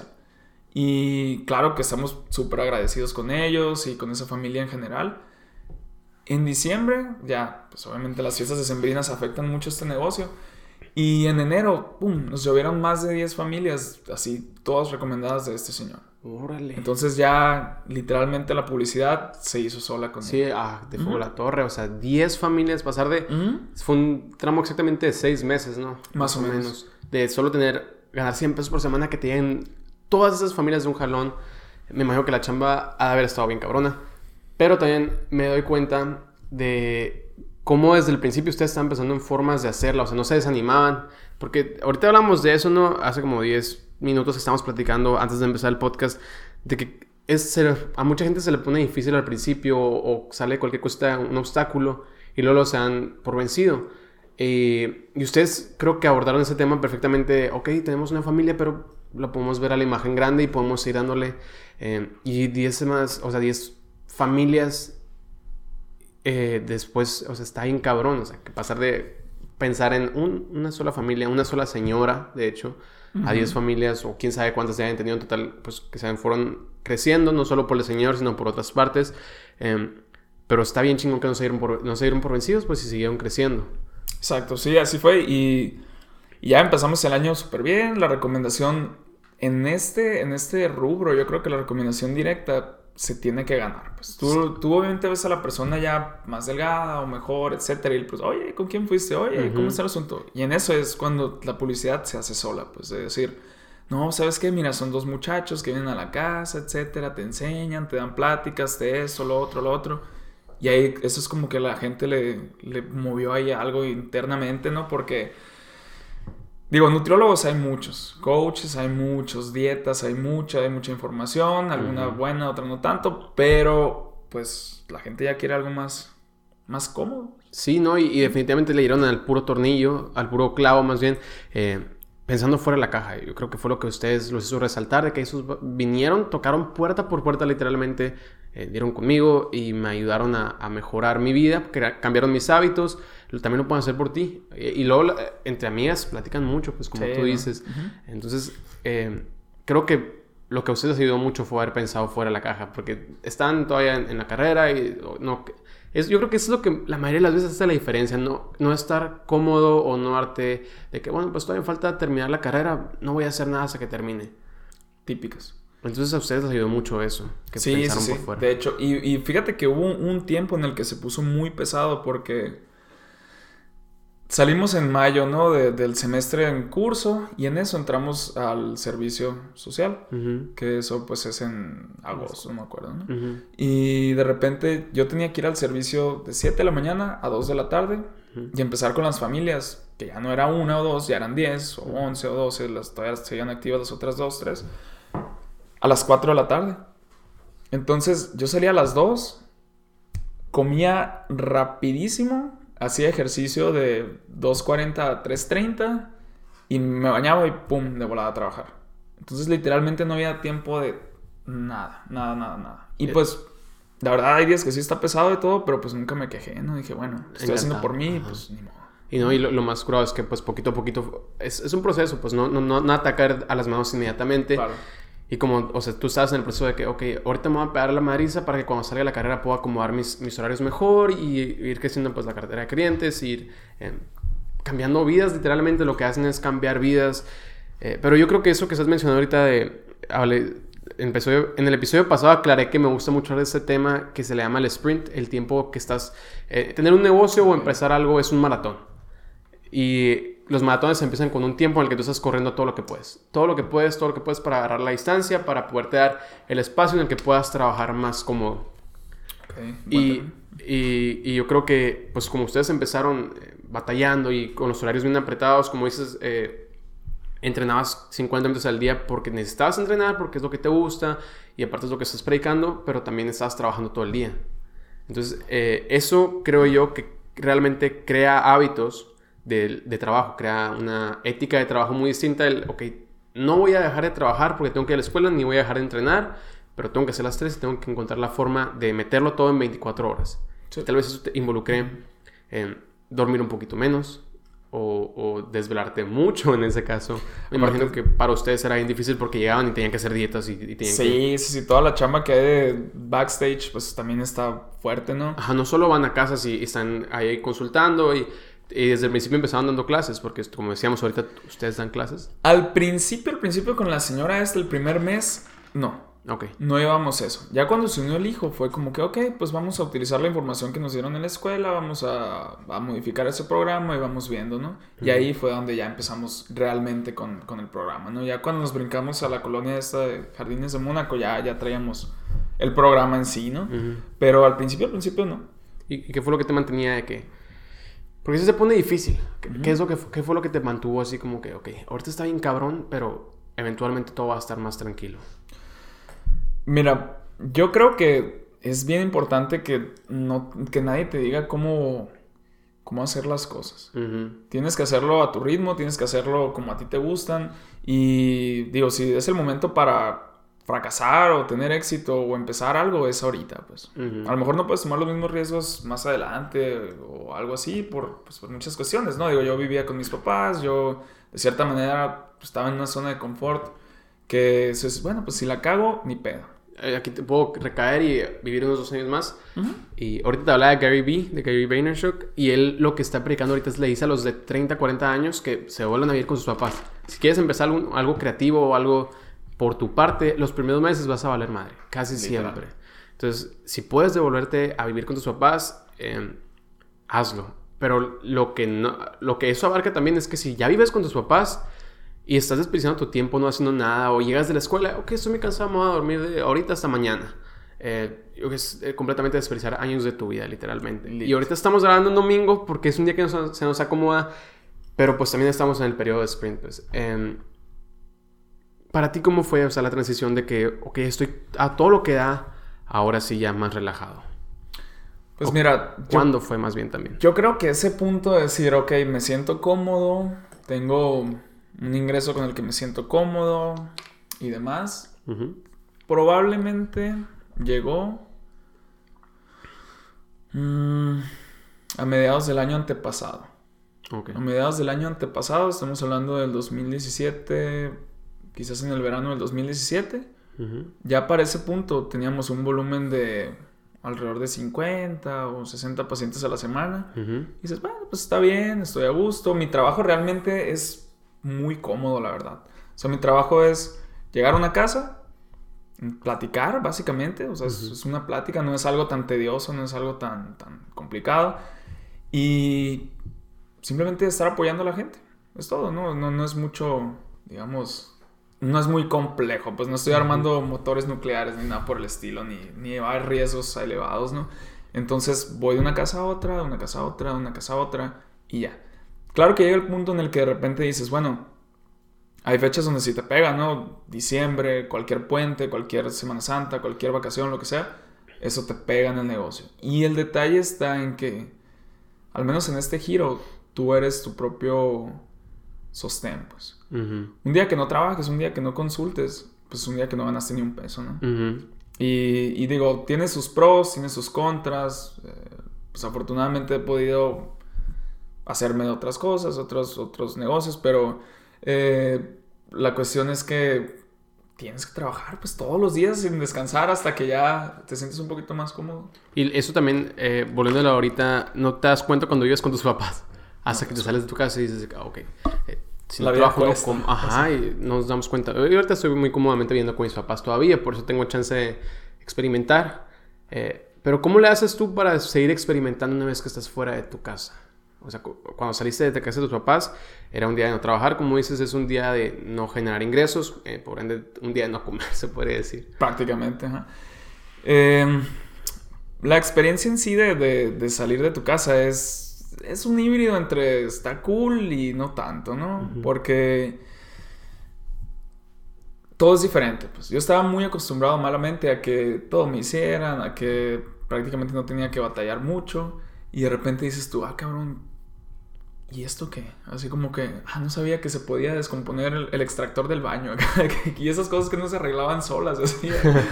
Y claro que estamos súper agradecidos con ellos y con esa familia en general. En diciembre, ya, pues obviamente las fiestas decembrinas afectan mucho este negocio. Y en enero, ¡pum!, nos llovieron más de 10 familias, así, todas recomendadas de este señor. Órale. Entonces ya, literalmente, la publicidad se hizo sola con Sí, él. de Fuego la Torre, o sea, 10 familias, pasar de... Fue un tramo exactamente de 6 meses, ¿no? Más o menos. De solo ganar 100 pesos por semana, que te lleguen todas esas familias de un jalón. Me imagino que la chamba ha de haber estado bien cabrona. Pero también me doy cuenta de cómo desde el principio ustedes estaban pensando en formas de hacerla, o sea, no se desanimaban. Porque ahorita hablamos de eso, ¿no? Hace como 10 minutos que estábamos platicando antes de empezar el podcast, de que a mucha gente se le pone difícil al principio o sale cualquier cosa, un obstáculo, y luego se dan por vencido. Y ustedes creo que abordaron ese tema perfectamente. Ok, tenemos una familia, pero la podemos ver a la imagen grande y podemos ir dándole. Y 10 más, o sea, 10 familias después, o sea, está bien cabrón. O sea, que pasar de pensar en una sola familia, una sola señora, de hecho, a 10 familias, o quién sabe cuántas se hayan tenido en total, pues que fueron creciendo, no solo por el señor, sino por otras partes. Pero está bien chingón que no se dieron por vencidos, pues, y siguieron creciendo. Exacto, sí, así fue. Y ya empezamos el año súper bien. La recomendación en este rubro, yo creo que la recomendación directa se tiene que ganar. Pues tú obviamente ves a la persona ya más delgada o mejor, etcétera, y pues, oye, ¿con quién fuiste? Oye, ¿cómo está el asunto? Y en eso es cuando la publicidad se hace sola, pues, de decir, no, ¿sabes qué? Mira, son 2 muchachos que vienen a la casa, etcétera, te enseñan, te dan pláticas de eso, lo otro. Y ahí eso es como que la gente le movió ahí algo internamente, ¿no? Porque, digo, nutriólogos hay muchos, coaches hay muchos, dietas hay mucha información, alguna buena, otra no tanto, pero pues la gente ya quiere algo más cómodo. Sí, ¿no? Y definitivamente le dieron al puro tornillo, al puro clavo más bien, pensando fuera de la caja. Yo creo que fue lo que ustedes los hizo resaltar, de que esos vinieron, tocaron puerta por puerta literalmente, dieron conmigo y me ayudaron a mejorar mi vida, cambiaron mis hábitos, también lo pueden hacer por ti. Y luego entre amigas platican mucho, pues como tú dices. Entonces, creo que lo que a ustedes ayudó mucho fue haber pensado fuera de la caja, porque están todavía en la carrera y no... yo creo que eso es lo que la mayoría de las veces hace la diferencia, no estar cómodo o no darte de que, bueno, pues todavía falta terminar la carrera, no voy a hacer nada hasta que termine. Típicas. Entonces a ustedes les ayudó mucho eso, que pensaron por fuera. De hecho, y fíjate que hubo un tiempo en el que se puso muy pesado porque salimos en mayo, ¿no? Del semestre en curso y en eso entramos al servicio social, que eso pues es en agosto, no me acuerdo, ¿no? Y de repente yo tenía que ir al servicio de 7 de la mañana a 2 de la tarde y empezar con las familias, que ya no era 1 o 2, ya eran 10 o 11 o 12, todavía seguían activas las otras 2, 3, a las 4 de la tarde. Entonces yo salía a las 2, comía rapidísimo, hacía ejercicio de 2:40 a 3:30 y me bañaba y pum, de volada a trabajar. Entonces literalmente no había tiempo de nada. Y pues la verdad hay días que sí está pesado y todo, pero pues nunca me quejé, ¿no? Dije, bueno, estoy haciendo por mí, pues ni modo. Y lo más curado es que pues poquito a poquito es un proceso, pues no atacar a las manos inmediatamente. Claro. Y como, o sea, tú estabas en el proceso de que, ok, ahorita me voy a pegar la madriza para que cuando salga de la carrera pueda acomodar mis horarios mejor y ir creciendo pues la cartera de clientes, ir cambiando vidas, literalmente lo que hacen es cambiar vidas. Pero yo creo que eso que estás mencionando ahorita en el episodio pasado aclaré que me gusta mucho de este tema que se le llama el sprint, el tiempo que estás... tener un negocio o empezar algo es un maratón. Y los maratones empiezan con un tiempo en el que tú estás corriendo todo lo que puedes. Todo lo que puedes para agarrar la distancia, para poderte dar el espacio en el que puedas trabajar más cómodo. Okay, y yo creo que, pues como ustedes empezaron batallando y con los horarios bien apretados, como dices, entrenabas 50 minutos al día porque necesitabas entrenar, porque es lo que te gusta y aparte es lo que estás predicando, pero también estabas trabajando todo el día. Entonces, eso creo yo que realmente crea hábitos de trabajo, crea una ética de trabajo muy distinta. Ok, no voy a dejar de trabajar porque tengo que ir a la escuela, ni voy a dejar de entrenar, pero tengo que hacer las 3 y tengo que encontrar la forma de meterlo todo en 24 horas. Sí. Tal vez eso te involucre en dormir un poquito menos o desvelarte mucho en ese caso. Me imagino que para ustedes era bien difícil porque llegaban y tenían que hacer dietas y tenían Sí, toda la chamba que hay de backstage pues también está fuerte, ¿no? Ajá, no solo van a casas y están ahí consultando y desde el principio empezaban dando clases, porque como decíamos ahorita, ¿ustedes dan clases? Al principio con la señora el primer mes, no. Okay. No llevamos eso. Ya cuando se unió el hijo fue como que, ok, pues vamos a utilizar la información que nos dieron en la escuela, vamos a modificar ese programa y vamos viendo, ¿no? Y ahí fue donde ya empezamos realmente con el programa, ¿no? Ya cuando nos brincamos a la colonia esta de Jardines de Mónaco, ya traíamos el programa en sí, ¿no? Pero al principio no. ¿Y qué fue lo que te mantenía de que...? Porque eso se pone difícil. ¿Qué fue lo que te mantuvo así como que, ok, ahorita está bien cabrón, pero eventualmente todo va a estar más tranquilo? Mira, yo creo que es bien importante que nadie te diga cómo hacer las cosas. Tienes que hacerlo a tu ritmo, tienes que hacerlo como a ti te gustan. Y digo, si es el momento para fracasar o tener éxito o empezar algo, es ahorita, pues. A lo mejor no puedes tomar los mismos riesgos más adelante o algo así por muchas cuestiones, ¿no? Digo, yo vivía con mis papás, yo de cierta manera estaba en una zona de confort que es, bueno, pues si la cago, ni pedo. Aquí te puedo recaer y vivir unos 2 años más. Y ahorita te hablaba de Gary Vaynerchuk, y él lo que está predicando ahorita es le dice a los de 30, 40 años que se vuelvan a vivir con sus papás. Si quieres empezar algo creativo o algo por tu parte, los primeros meses vas a valer madre, casi siempre. Entonces, si puedes devolverte a vivir con tus papás, hazlo. Pero lo que eso abarca también es que si ya vives con tus papás y estás desperdiciando tu tiempo no haciendo nada, o llegas de la escuela, ok, estoy muy cansado, me voy a dormir de ahorita hasta mañana. Es completamente desperdiciar años de tu vida, literalmente. Y ahorita estamos grabando un domingo porque es un día que se nos acomoda, pero pues también estamos en el periodo de sprint, pues. Para ti, ¿cómo fue, la transición de que, ok, estoy a todo lo que da, ahora sí ya más relajado? Pues mira... ¿Cuándo fue más bien también? Yo creo que ese punto de decir, ok, me siento cómodo, tengo un ingreso con el que me siento cómodo y demás, probablemente llegó a mediados del año antepasado. Okay. A mediados del año antepasado, estamos hablando del 2017, quizás en el verano del 2017. Ya para ese punto teníamos un volumen de alrededor de 50 o 60 pacientes a la semana. Y dices, bueno, pues está bien, estoy a gusto. Mi trabajo realmente es muy cómodo, la verdad. O sea, mi trabajo es llegar a una casa, platicar, básicamente. O sea, es una plática, no es algo tan tedioso, no es algo tan complicado. Y simplemente estar apoyando a la gente. Es todo, no es mucho, digamos... No es muy complejo, pues no estoy armando motores nucleares ni nada por el estilo, ni hay riesgos elevados, ¿no? Entonces voy de una casa a otra, de una casa a otra, de una casa a otra y ya. Claro que llega el punto en el que de repente dices, bueno, hay fechas donde sí te pega, ¿no? Diciembre, cualquier puente, cualquier Semana Santa, cualquier vacación, lo que sea, eso te pega en el negocio. Y el detalle está en que, al menos en este giro, tú eres tu propio sostén, pues. Un día que no trabajes, un día que no consultes, pues un día que no ganaste ni un peso, ¿no? Y digo, tiene sus pros, tiene sus contras. Pues afortunadamente he podido hacerme de otras cosas, otros negocios, pero la cuestión es que tienes que trabajar pues todos los días sin descansar hasta que ya te sientes un poquito más cómodo. Y eso también, volviéndolo ahorita, no te das cuenta cuando vives con tus papás. Hasta que te sales de tu casa y dices, ok, si no trabajo, no como. Ajá, y nos damos cuenta. Yo ahorita estoy muy cómodamente viviendo con mis papás todavía, por eso tengo chance de experimentar. Pero ¿cómo le haces tú para seguir experimentando una vez que estás fuera de tu casa? O sea, cuando saliste de casa de tus papás, era un día de no trabajar, como dices, es un día de no generar ingresos, por ende, un día de no comer, se podría decir. Prácticamente, ajá. La experiencia en sí de salir de tu casa es un híbrido entre está cool y no tanto, ¿no? Uh-huh. Porque todo es diferente, pues. Yo estaba muy acostumbrado malamente a que todo me hicieran, a que prácticamente no tenía que batallar mucho. Y de repente dices tú, cabrón, ¿y esto qué? Así como que, no sabía que se podía descomponer el extractor del baño. Y esas cosas que no se arreglaban solas, así.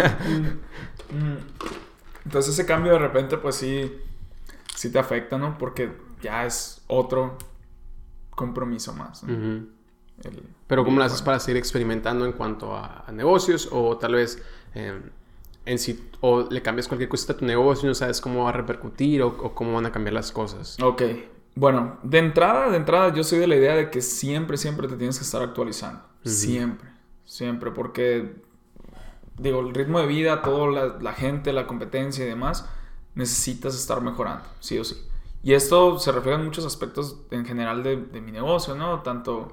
Entonces ese cambio de repente, pues sí te afecta, ¿no? Porque ya es otro compromiso más, ¿no? Uh-huh. Pero ¿cómo lo haces para seguir experimentando en cuanto a negocios? O tal vez en sí, o le cambias cualquier cosa a tu negocio y no sabes cómo va a repercutir o cómo van a cambiar las cosas. Ok. Bueno, de entrada yo soy de la idea de que siempre te tienes que estar actualizando. Uh-huh. Siempre. Porque, digo, el ritmo de vida, toda la gente, la competencia y demás, necesitas estar mejorando, sí o sí. Y esto se refleja en muchos aspectos en general de mi negocio, ¿no? Tanto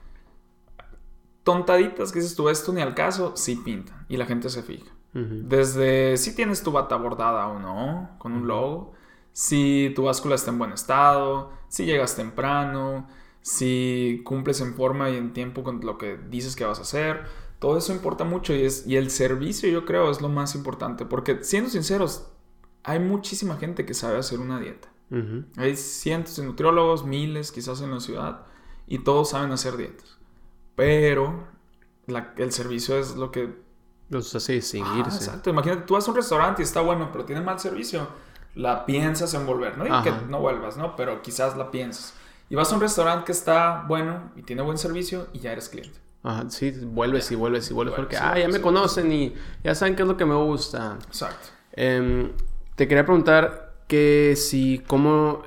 tontaditas que dices tú, esto ni al caso, sí pintan y la gente se fija. Uh-huh. Desde si tienes tu bata bordada o no, con un logo, si tu báscula está en buen estado, si llegas temprano, si cumples en forma y en tiempo con lo que dices que vas a hacer, todo eso importa mucho y el servicio, yo creo, es lo más importante, porque siendo sinceros, hay muchísima gente que sabe hacer una dieta. Uh-huh. Hay cientos de nutriólogos, miles quizás en la ciudad, y todos saben hacer dietas, pero el servicio es lo que los hace distinguirse. Exacto. Imagínate, tú vas a un restaurante y está bueno, pero tiene mal servicio. La piensas en volver. No digo que no vuelvas, ¿no? Pero quizás la piensas. Y vas a un restaurante que está bueno y tiene buen servicio y ya eres cliente. Ajá, sí, vuelves porque ya me conocen y ya saben qué es lo que me gusta. Exacto. Te quería preguntar cómo...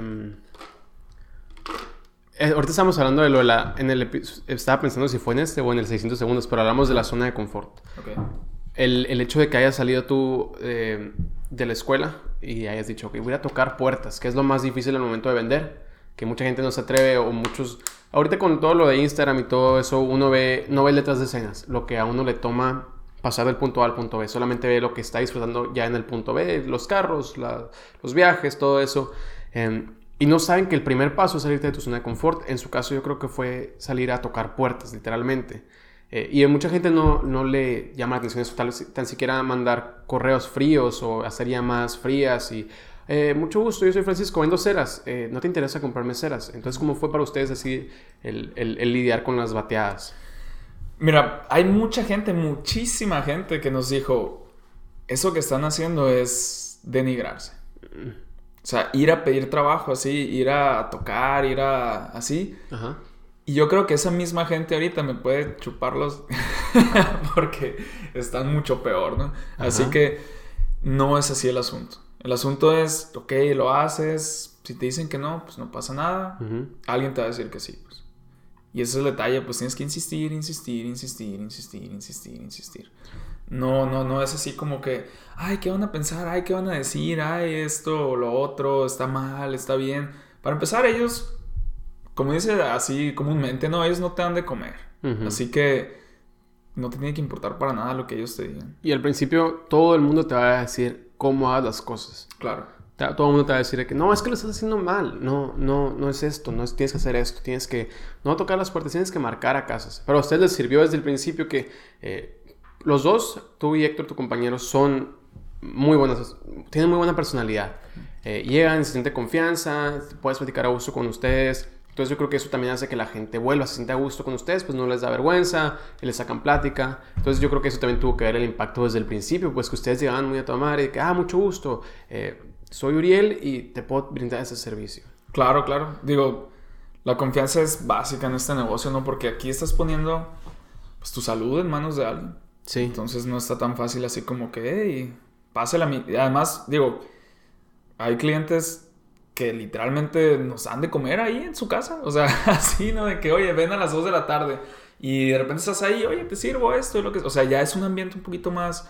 ahorita estamos hablando de lo de estaba pensando si fue en este o en el 600 segundos, pero hablamos de la zona de confort. Okay. El hecho de que hayas salido tú de la escuela y hayas dicho, ok, voy a tocar puertas, que es lo más difícil al momento de vender, que mucha gente no se atreve o muchos... Ahorita con todo lo de Instagram y todo eso, uno no ve letras de escenas, lo que a uno le toma pasar del punto A al punto B, solamente ve lo que está disfrutando ya en el punto B, los carros, los viajes, todo eso. Y no saben que el primer paso es salirte de tu zona de confort. En su caso yo creo que fue salir a tocar puertas, literalmente. Y a mucha gente no le llama la atención eso, tan siquiera mandar correos fríos o hacer llamadas frías y... mucho gusto, yo soy Francisco, vendo ceras. ¿No te interesa comprarme ceras? Entonces, ¿cómo fue para ustedes así el lidiar con las bateadas? Mira, hay muchísima gente que nos dijo, eso que están haciendo es denigrarse. O sea, ir a pedir trabajo así, ir a tocar, así. Ajá. Y yo creo que esa misma gente ahorita me puede chuparlos porque están mucho peor, ¿no? Ajá. Así que no es así el asunto. El asunto es, ok, lo haces. Si te dicen que no, pues no pasa nada. Uh-huh. Alguien te va a decir que sí, pues. Y ese es el detalle, pues tienes que insistir. No es así como que, ay, ¿qué van a pensar? Ay, ¿qué van a decir? Ay, esto o lo otro, está mal, está bien. Para empezar, ellos, como dice así comúnmente, no, ellos no te dan de comer. Uh-huh. Así que no te tiene que importar para nada lo que ellos te digan. Y al principio todo el mundo te va a decir cómo hagas las cosas. Claro. Todo el mundo te va a decir que no, es que lo estás haciendo mal. No es esto. Tienes que hacer esto. Tienes que no tocar las puertas. Tienes que marcar a casas. Pero a ustedes les sirvió desde el principio que los dos, tú y Héctor, tu compañero, son muy buenas. Tienen muy buena personalidad. Llegan, se siente confianza. Puedes platicar a gusto con ustedes. Entonces yo creo que eso también hace que la gente vuelva, se sienta a gusto con ustedes, pues no les da vergüenza, y les sacan plática. Entonces yo creo que eso también tuvo que ver el impacto desde el principio, pues que ustedes llegaban muy a toda madre y que, mucho gusto, soy Uriel y te puedo brindar ese servicio. Claro. Digo, la confianza es básica en este negocio, ¿no? Porque aquí estás poniendo pues, tu salud en manos de alguien. Sí. Entonces no está tan fácil así como que, hey, pásela a mí. Además, digo, hay clientes que literalmente nos dan de comer ahí en su casa. O sea, así, ¿no? De que, oye, ven a las 2 de la tarde y de repente estás ahí, oye, te sirvo esto y lo que... O sea, ya es un ambiente un poquito más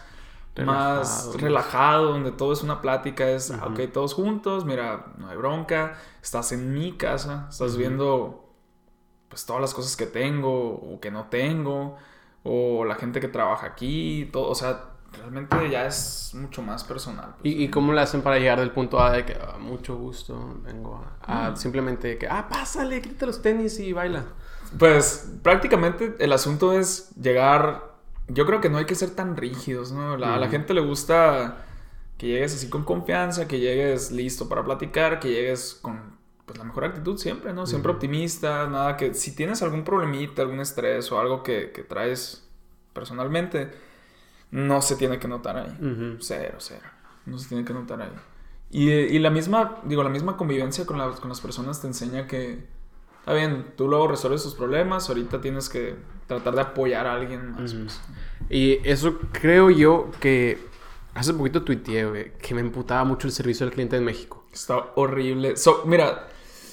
relajado, donde todo es una plática, es, ok, todos juntos, mira, no hay bronca, estás en mi casa, estás viendo, pues, todas las cosas que tengo o que no tengo, o la gente que trabaja aquí, todo, o sea, realmente ya es mucho más personal. Pues. ¿Y cómo le hacen para llegar del punto A de que, mucho gusto, vengo a simplemente que, pásale, quítate los tenis y baila? Pues, prácticamente el asunto es llegar... Yo creo que no hay que ser tan rígidos, ¿no? A la gente le gusta que llegues así con confianza, que llegues listo para platicar, que llegues con, pues, la mejor actitud siempre, ¿no? Siempre optimista, nada que... Si tienes algún problemita, algún estrés o algo que traes personalmente, no se tiene que notar ahí. Cero. No se tiene que notar ahí. Y la misma convivencia con las personas te enseña que... Está bien, tú luego resuelves tus problemas, ahorita tienes que tratar de apoyar a alguien más. Pues. Y eso creo yo que... Hace poquito tuiteé, güey, que me emputaba mucho el servicio al cliente en México. Está horrible. Mira,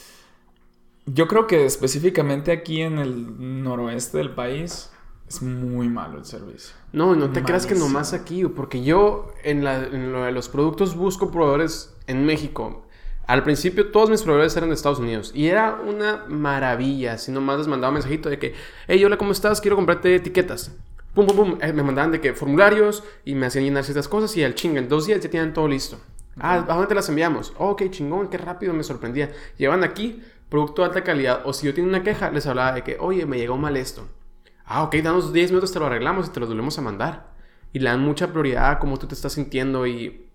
yo creo que específicamente aquí en el noroeste del país es muy malo el servicio. No te creas que nomás aquí, porque yo en lo de los productos busco proveedores en México. Al principio todos mis proveedores eran de Estados Unidos y era una maravilla. Si nomás les mandaba un mensajito de que, hey, hola, ¿cómo estás? Quiero comprarte etiquetas. Pum, pum, pum. Me mandaban de que formularios y me hacían llenar ciertas cosas y al chinga, en 2 días ya tenían todo listo. ¿A dónde te las enviamos? Ok, chingón, qué rápido, me sorprendía. Llevan aquí producto de alta calidad, o si yo tenía una queja, les hablaba de que, oye, me llegó mal esto. Ok, danos 10 minutos, te lo arreglamos y te lo volvemos a mandar. Y le dan mucha prioridad a cómo tú te estás sintiendo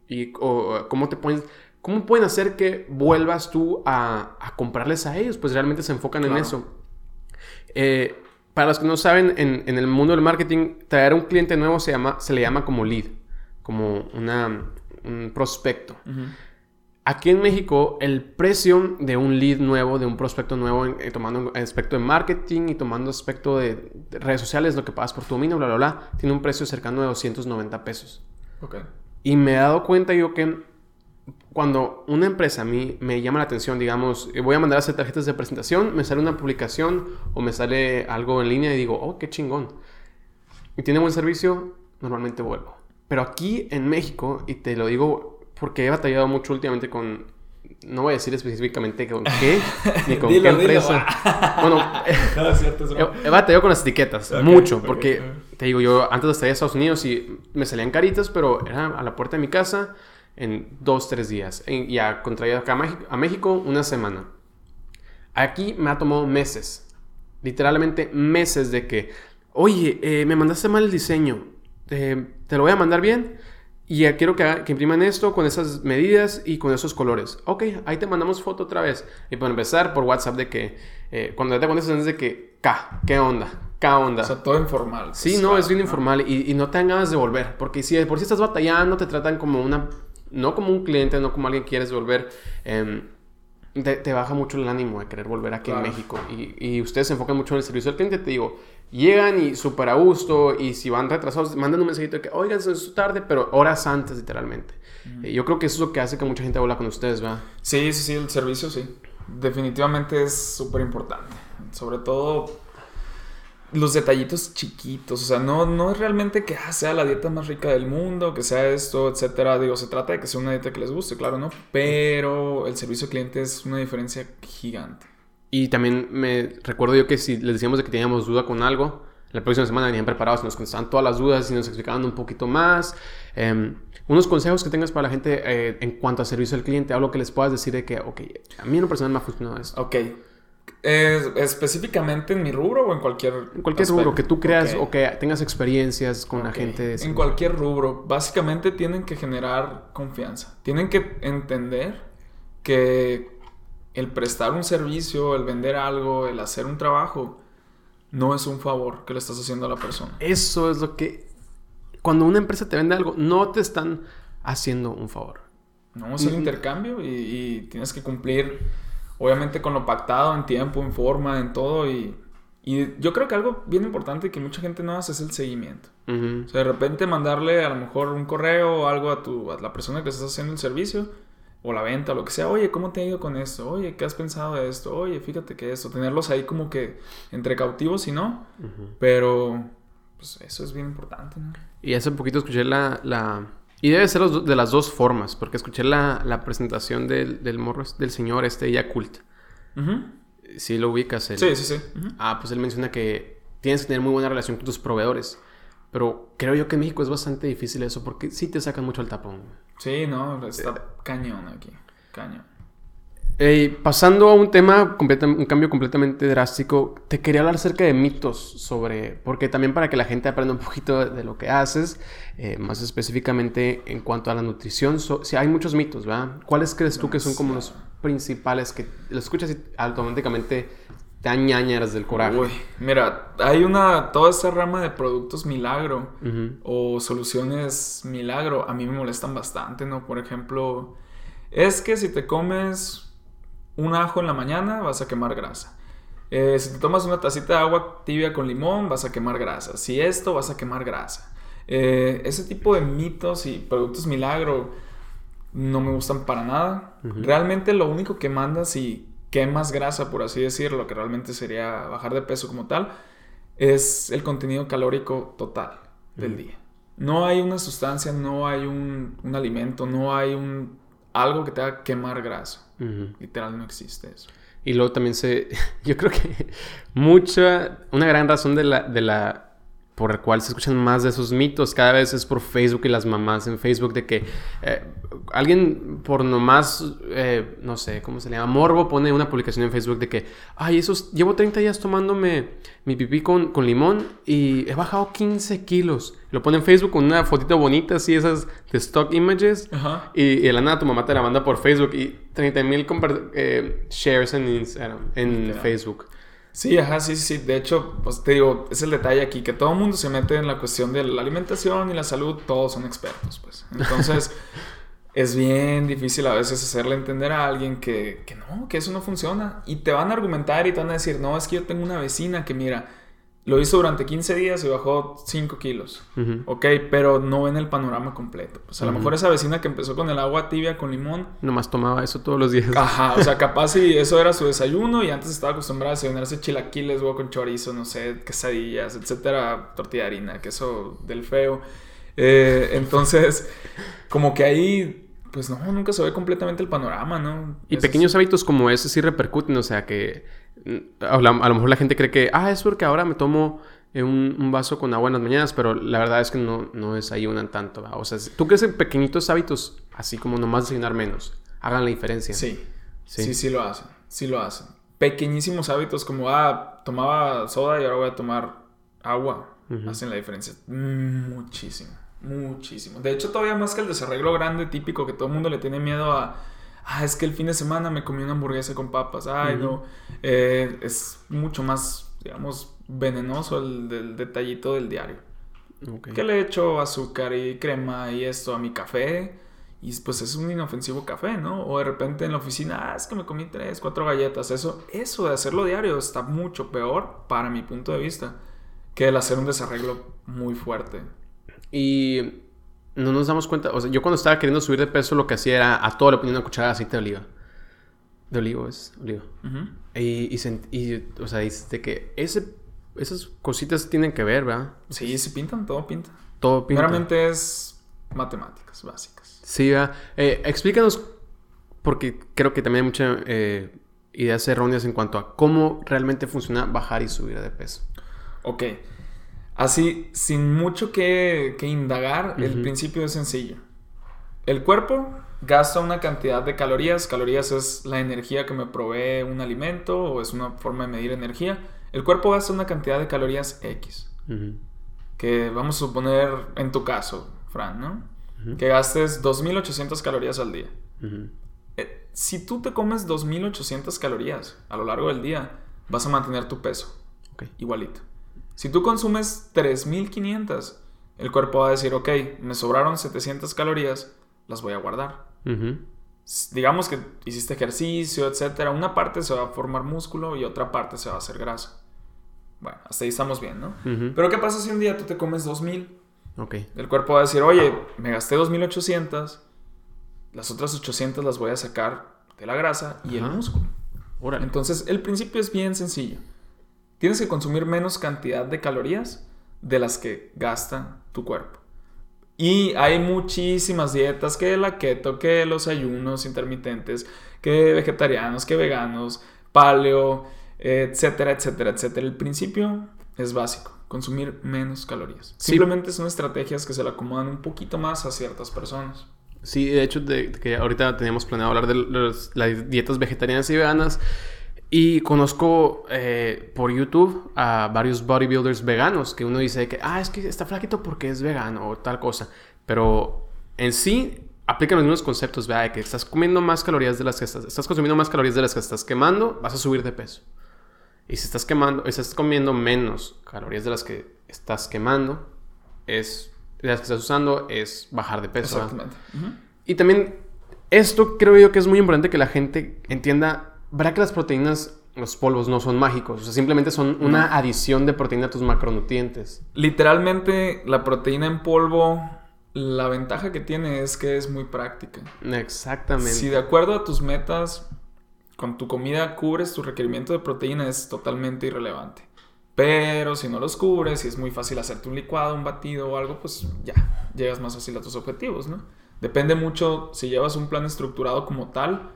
o cómo te pones... ¿Cómo pueden hacer que vuelvas tú a comprarles a ellos? Pues realmente se enfocan en eso. Para los que no saben, en el mundo del marketing, traer a un cliente nuevo se le llama como lead. Como un prospecto. Aquí en México, el precio de un lead nuevo, de un prospecto nuevo, tomando aspecto de marketing y tomando aspecto de redes sociales, lo que pagas por tu dominio, bla, bla, bla, tiene un precio cercano de 290 pesos. Okay. Y me he dado cuenta yo que cuando una empresa a mí me llama la atención, digamos, voy a mandar a hacer tarjetas de presentación, me sale una publicación o me sale algo en línea y digo, oh, qué chingón. Y tiene buen servicio, normalmente vuelvo. Pero aquí en México, y te lo digo porque he batallado mucho últimamente con... No voy a decir específicamente con qué, ni con qué empresa. Bueno, no, es cierto, he batallado con las etiquetas, mucho, porque te digo, yo antes estaría en Estados Unidos y me salían caritas, pero era a la puerta de mi casa en 2-3 días. Y a contraído acá a México, una semana. Aquí me ha tomado meses, literalmente meses de que, oye, me mandaste mal el diseño, te lo voy a mandar bien. Y ya quiero que impriman esto con esas medidas y con esos colores. Ok, ahí te mandamos foto otra vez. Y para empezar, por WhatsApp de que... cuando te contestas es de que... ¿Qué onda? ¿Qué onda? O sea, todo informal. Sí, pues, no, es bien informal. Y no te dan ganas de volver. Porque si de por sí estás batallando, te tratan como una... No como un cliente, no como alguien que quieres volver. Te baja mucho el ánimo de querer volver aquí en México. Y ustedes se enfocan mucho en el servicio al cliente. Te digo... Llegan y súper a gusto, y si van retrasados, mandan un mensajito de que, oigan, es tarde, pero horas antes, literalmente. Yo creo que eso es lo que hace que mucha gente vuelva con ustedes, ¿verdad? Sí, el servicio sí. Definitivamente es súper importante. Sobre todo los detallitos chiquitos. O sea, no es realmente que sea la dieta más rica del mundo, que sea esto, etcétera. Digo, se trata de que sea una dieta que les guste, claro, ¿no? Pero el servicio al cliente es una diferencia gigante. Y también me recuerdo yo que si les decíamos de que teníamos duda con algo, la próxima semana venían preparados y nos contestaban todas las dudas y nos explicaban un poquito más. Unos consejos que tengas para la gente en cuanto a servicio al cliente, algo que les puedas decir de que, ok, a mí en lo personal me ha funcionado esto. Ok. ¿Específicamente en mi rubro o en cualquier rubro que tú creas o que tengas experiencias con la gente? En cualquier rubro. Básicamente tienen que generar confianza. Tienen que entender que el prestar un servicio, el vender algo, el hacer un trabajo, no es un favor que le estás haciendo a la persona. Eso es lo que... Cuando una empresa te vende algo, no te están haciendo un favor. No, es un intercambio y tienes que cumplir, obviamente, con lo pactado en tiempo, en forma, en todo. Y Y yo creo que algo bien importante que mucha gente no hace es el seguimiento. Uh-huh. O sea, de repente mandarle a lo mejor un correo o algo a la persona que estás haciendo el servicio o la venta o lo que sea. Oye, ¿cómo te ha ido con esto? Oye, ¿qué has pensado de esto? Oye, fíjate que esto. Tenerlos ahí como que entre cautivos y no. Uh-huh. Pero pues eso es bien importante, ¿no? Y hace poquito escuché y debe ser de las dos formas, porque escuché la presentación del morro, del señor Yakult. Uh-huh. Sí lo ubicas él. Sí. Uh-huh. Pues él menciona que tienes que tener muy buena relación con tus proveedores. Pero creo yo que en México es bastante difícil eso, porque sí te sacan mucho al tapón. Sí, no, está cañón aquí. Cañón. Pasando a un tema, un cambio completamente drástico, te quería hablar acerca de mitos porque también para que la gente aprenda un poquito de lo que haces, más específicamente en cuanto a la nutrición, sí, hay muchos mitos, ¿verdad? ¿Cuáles crees tú que son como los principales que los escuchas y automáticamente te dan ñañaras del coraje? Uy, mira, hay toda esta rama de productos milagro uh-huh. o soluciones milagro, a mí me molestan bastante, ¿no? Por ejemplo, es que si te comes un ajo en la mañana vas a quemar grasa. Si te tomas una tacita de agua tibia con limón vas a quemar grasa. Si esto vas a quemar grasa. Ese tipo de mitos y productos milagro no me gustan para nada. Uh-huh. Realmente lo único que mandas y quemas grasa, por así decirlo, lo que realmente sería bajar de peso como tal, es el contenido calórico total del día. No hay una sustancia, no hay un alimento, no hay algo que te haga quemar grasa. Uh-huh. Literal no existe eso. Y luego también yo creo que una gran razón por la cual se escuchan más de esos mitos cada vez es por Facebook y las mamás en Facebook de que alguien por nomás, no sé, ¿cómo se le llama? Morbo pone una publicación en Facebook de que llevo 30 días tomándome mi pipí con limón y he bajado 15 kilos. Lo pone en Facebook con una fotito bonita, así esas de stock images. Uh-huh. Y de la nada tu mamá te la manda por Facebook y 30,000 shares en Facebook. Sí, sí. De hecho, pues te digo, es el detalle aquí, que todo el mundo se mete en la cuestión de la alimentación y la salud, todos son expertos, pues. Entonces, es bien difícil a veces hacerle entender a alguien que no, que eso no funciona. Y te van a argumentar y te van a decir, no, es que yo tengo una vecina que mira, lo hizo durante 15 días y bajó 5 kilos. Uh-huh. Ok, pero no ven el panorama completo. Pues a lo mejor esa vecina que empezó con el agua tibia con limón, nomás tomaba eso todos los días. Ajá, o sea, capaz si eso era su desayuno y antes estaba acostumbrada a desayunarse chilaquiles, huevo con chorizo, no sé, quesadillas, etcétera, tortilla de harina, queso del feo. Entonces, como que ahí, pues no, nunca se ve completamente el panorama, ¿no? Y pequeños hábitos como ese sí repercuten, o sea que a lo mejor la gente cree que es porque ahora me tomo un vaso con agua en las mañanas, pero la verdad es que no es ahí un tanto, ¿verdad? O sea, ¿tú crees que pequeñitos hábitos, así como nomás desayunar menos, hagan la diferencia? Sí lo hacen. Pequeñísimos hábitos como, tomaba soda y ahora voy a tomar agua, uh-huh. hacen la diferencia. Muchísimo. De hecho, todavía más que el desarreglo grande típico que todo el mundo le tiene miedo a... es que el fin de semana me comí una hamburguesa con papas. Uh-huh. No. Es mucho más, digamos, venenoso el detallito del diario. Okay. Que le echo azúcar y crema y esto a mi café. Y pues es un inofensivo café, ¿no? O de repente en la oficina, es que me comí 3, 4 galletas. Eso de hacerlo diario está mucho peor, para mi punto de vista, que el hacer un desarreglo muy fuerte. Y no nos damos cuenta, o sea, yo cuando estaba queriendo subir de peso lo que hacía era a todo le ponía una cucharada de aceite de oliva. De olivo es oliva. Uh-huh. O sea, dices que esas cositas tienen que ver, ¿verdad? Sí, se pintan, todo pinta. Todo pinta. Meramente es matemáticas básicas. Sí, ¿verdad? Explícanos, porque creo que también hay muchas ideas erróneas en cuanto a cómo realmente funciona bajar y subir de peso. Ok. Así, sin mucho que indagar, uh-huh. El principio es sencillo. El cuerpo gasta una cantidad de calorías. Calorías es la energía que me provee un alimento o es una forma de medir energía. El cuerpo gasta una cantidad de calorías X. Uh-huh. Que vamos a suponer en tu caso, Fran, ¿no? Uh-huh. Que gastes 2,800 calorías al día. Uh-huh. Si tú te comes 2,800 calorías a lo largo del día, vas a mantener tu peso. Okay. Igualito. Si tú consumes 3,500, el cuerpo va a decir, ok, me sobraron 700 calorías, las voy a guardar. Uh-huh. Digamos que hiciste ejercicio, etcétera. Una parte se va a formar músculo y otra parte se va a hacer grasa. Bueno, hasta ahí estamos bien, ¿no? Ujú. Pero ¿qué pasa si un día tú te comes 2000? Ok. El cuerpo va a decir, oye, me gasté 2800, las otras 800 las voy a sacar de la grasa y el Ajá. músculo. Órale. Entonces, el principio es bien sencillo. Tienes que consumir menos cantidad de calorías de las que gasta tu cuerpo. Y hay muchísimas dietas, que la keto, que los ayunos intermitentes, que vegetarianos, que veganos, paleo, etcétera, etcétera, etcétera. El principio es básico, consumir menos calorías. Sí. Simplemente son estrategias que se le acomodan un poquito más a ciertas personas. Sí, de hecho, que ahorita teníamos planeado hablar de las dietas vegetarianas y veganas. Y conozco por YouTube a varios bodybuilders veganos que uno dice que, es que está flaquito porque es vegano o tal cosa. Pero en sí aplican los mismos conceptos, ¿verdad? De que estás comiendo más calorías de las que estás consumiendo más calorías de las que estás quemando, vas a subir de peso. Y si estás comiendo menos calorías de las que estás quemando, de las que estás usando, es bajar de peso. Exactamente. Uh-huh. Y también esto creo yo que es muy importante que la gente entienda. ¿Verdad que las proteínas, los polvos, no son mágicos? O sea, simplemente son una adición de proteína a tus macronutrientes. Literalmente, la proteína en polvo, la ventaja que tiene es que es muy práctica. Exactamente. Si de acuerdo a tus metas, con tu comida cubres tu requerimiento de proteína, es totalmente irrelevante. Pero si no los cubres, si es muy fácil hacerte un licuado, un batido o algo, pues ya, llegas más fácil a tus objetivos, ¿no? Depende mucho, si llevas un plan estructurado como tal,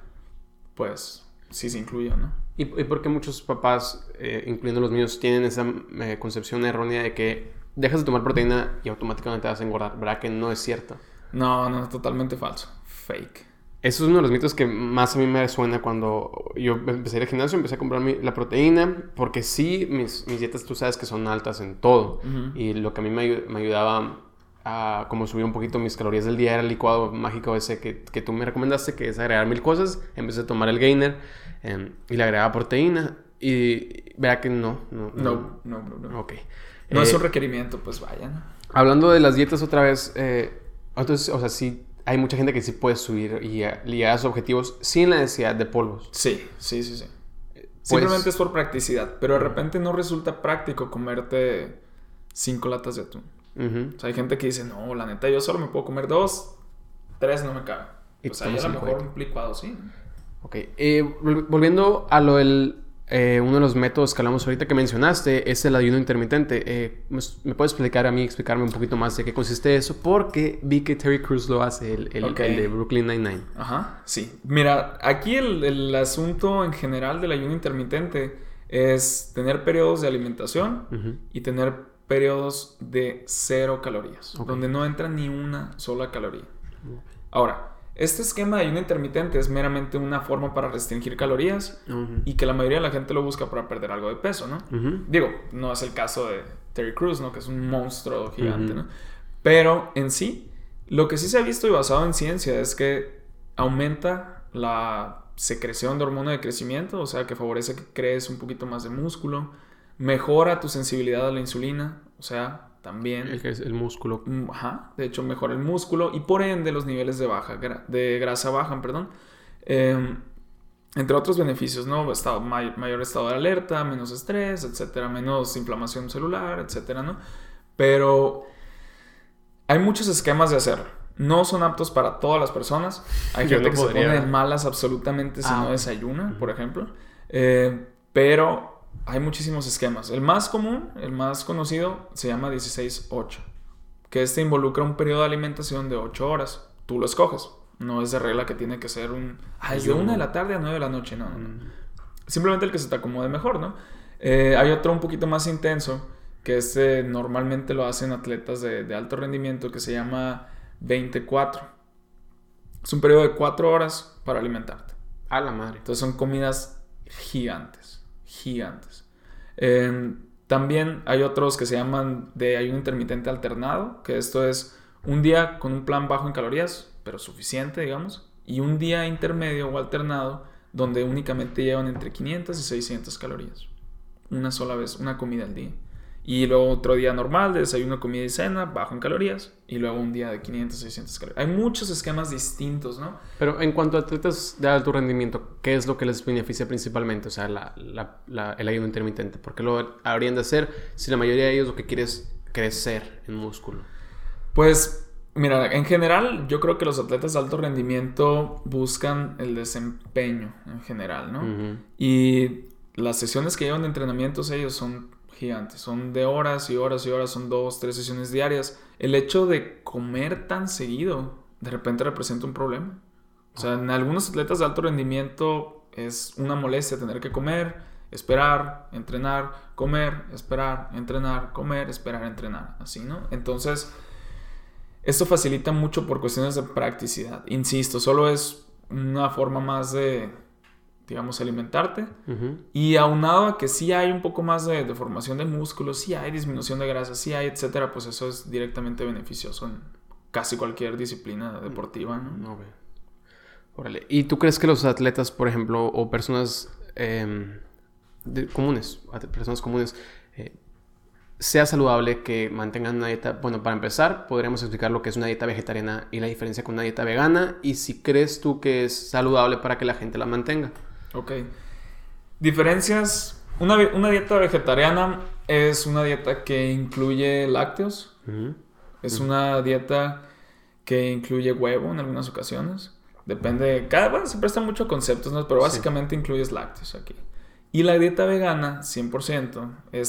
pues sí se incluye, ¿no? ¿Y por qué muchos papás, incluyendo los míos, tienen esa concepción errónea de que dejas de tomar proteína y automáticamente te vas a engordar? ¿Verdad que no es cierto? No, totalmente falso. Fake. Eso es uno de los mitos que más a mí me suena cuando yo empecé a ir al gimnasio, empecé a comprar la proteína, porque sí, mis dietas tú sabes que son altas en todo. Uh-huh. Y lo que a mí me ayudaba a como subir un poquito mis calorías del día era el licuado mágico ese que tú me recomendaste, que es agregar 1000 cosas. Empecé a tomar el gainer y le agregaba proteína. Y vea que no. No. Ok. No es un requerimiento, pues vaya, ¿no? Hablando de las dietas otra vez, entonces, o sea, sí, hay mucha gente que sí puede subir y llegar a sus objetivos sin la necesidad de polvos. Sí. Simplemente es por practicidad, pero de repente no resulta práctico comerte 5 latas de atún. Uh-huh. O sea, hay gente que dice, no, la neta, yo solo me puedo comer 2, 3 no me cabe. Pues ahí a lo mejor un licuado, sí. Ok. Volviendo a lo del... uno de los métodos que hablamos ahorita que mencionaste es el ayuno intermitente. ¿Me puedes explicarme un poquito más de qué consiste eso? Porque vi que Terry Crews lo hace, el de Brooklyn Nine-Nine. Ajá, sí. Mira, aquí el asunto en general del ayuno intermitente es tener periodos de alimentación Uh-huh. y tener periodos de 0 calorías, Okay. donde no entra ni una sola caloría. Ahora, este esquema de ayuno intermitente es meramente una forma para restringir calorías Uh-huh. y que la mayoría de la gente lo busca para perder algo de peso, ¿no? Uh-huh. Digo, no es el caso de Terry Crews, ¿no? Que es un monstruo gigante, Uh-huh. ¿no? Pero en sí, lo que sí se ha visto y basado en ciencia es que aumenta la secreción de hormona de crecimiento, o sea, que favorece que crees un poquito más de músculo, mejora tu sensibilidad a la insulina, o sea, también... El que es el músculo. Ajá, de hecho mejora el músculo y por ende los niveles de grasa bajan, perdón. Entre otros beneficios, ¿no? Mayor estado de alerta, menos estrés, etcétera, menos inflamación celular, etcétera, ¿no? Pero hay muchos esquemas de hacerlo. No son aptos para todas las personas. Hay gente que se pone de malas absolutamente si no desayuna, por ejemplo. Pero hay muchísimos esquemas. El más común, el más conocido, se llama 16-8. Que este involucra un periodo de alimentación de 8 horas. Tú lo escoges. No es de regla que tiene que ser de 1 de la tarde a 9 de la noche. No. Simplemente el que se te acomode mejor, ¿no? Hay otro un poquito más intenso, que normalmente lo hacen atletas de alto rendimiento, que se llama 24. Es un periodo de 4 horas para alimentarte. A la madre. Entonces son comidas gigantes. También hay otros que se llaman de ayuno intermitente alternado, que esto es un día con un plan bajo en calorías, pero suficiente, digamos, y un día intermedio o alternado donde únicamente llevan entre 500 y 600 calorías. Una sola vez, una comida al día. Y luego otro día normal de desayuno, comida y cena, bajo en calorías. Y luego un día de 500, 600 calorías. Hay muchos esquemas distintos, ¿no? Pero en cuanto a atletas de alto rendimiento, ¿qué es lo que les beneficia principalmente? O sea, el ayuno intermitente. ¿Por qué lo habrían de hacer si la mayoría de ellos lo que quiere es crecer en músculo? Pues, mira, en general yo creo que los atletas de alto rendimiento buscan el desempeño en general, ¿no? Uh-huh. Y las sesiones que llevan de entrenamientos ellos son gigantes, son de horas y horas y horas, son 2, 3 sesiones diarias. El hecho de comer tan seguido de repente representa un problema. O sea, en algunos atletas de alto rendimiento es una molestia tener que comer, esperar, entrenar, comer, esperar, entrenar, comer, esperar, entrenar, así, ¿no? Entonces, esto facilita mucho por cuestiones de practicidad. Insisto, solo es una forma más de, digamos, alimentarte. Uh-huh. Y aunado a que sí hay un poco más de formación de músculos, sí hay disminución de grasa, sí hay, etcétera, pues eso es directamente beneficioso en casi cualquier disciplina deportiva, ¿no? No, órale. ¿Y tú crees que los atletas, por ejemplo, o personas comunes, sea saludable que mantengan una dieta? Bueno, para empezar, podríamos explicar lo que es una dieta vegetariana y la diferencia con una dieta vegana, y si crees tú que es saludable para que la gente la mantenga. Ok. Diferencias. Una dieta vegetariana es una dieta que incluye lácteos. Uh-huh. Es una dieta que incluye huevo en algunas ocasiones. Depende. Bueno, se presta mucho a conceptos, ¿no? Pero básicamente incluyes lácteos aquí. Y la dieta vegana, 100%,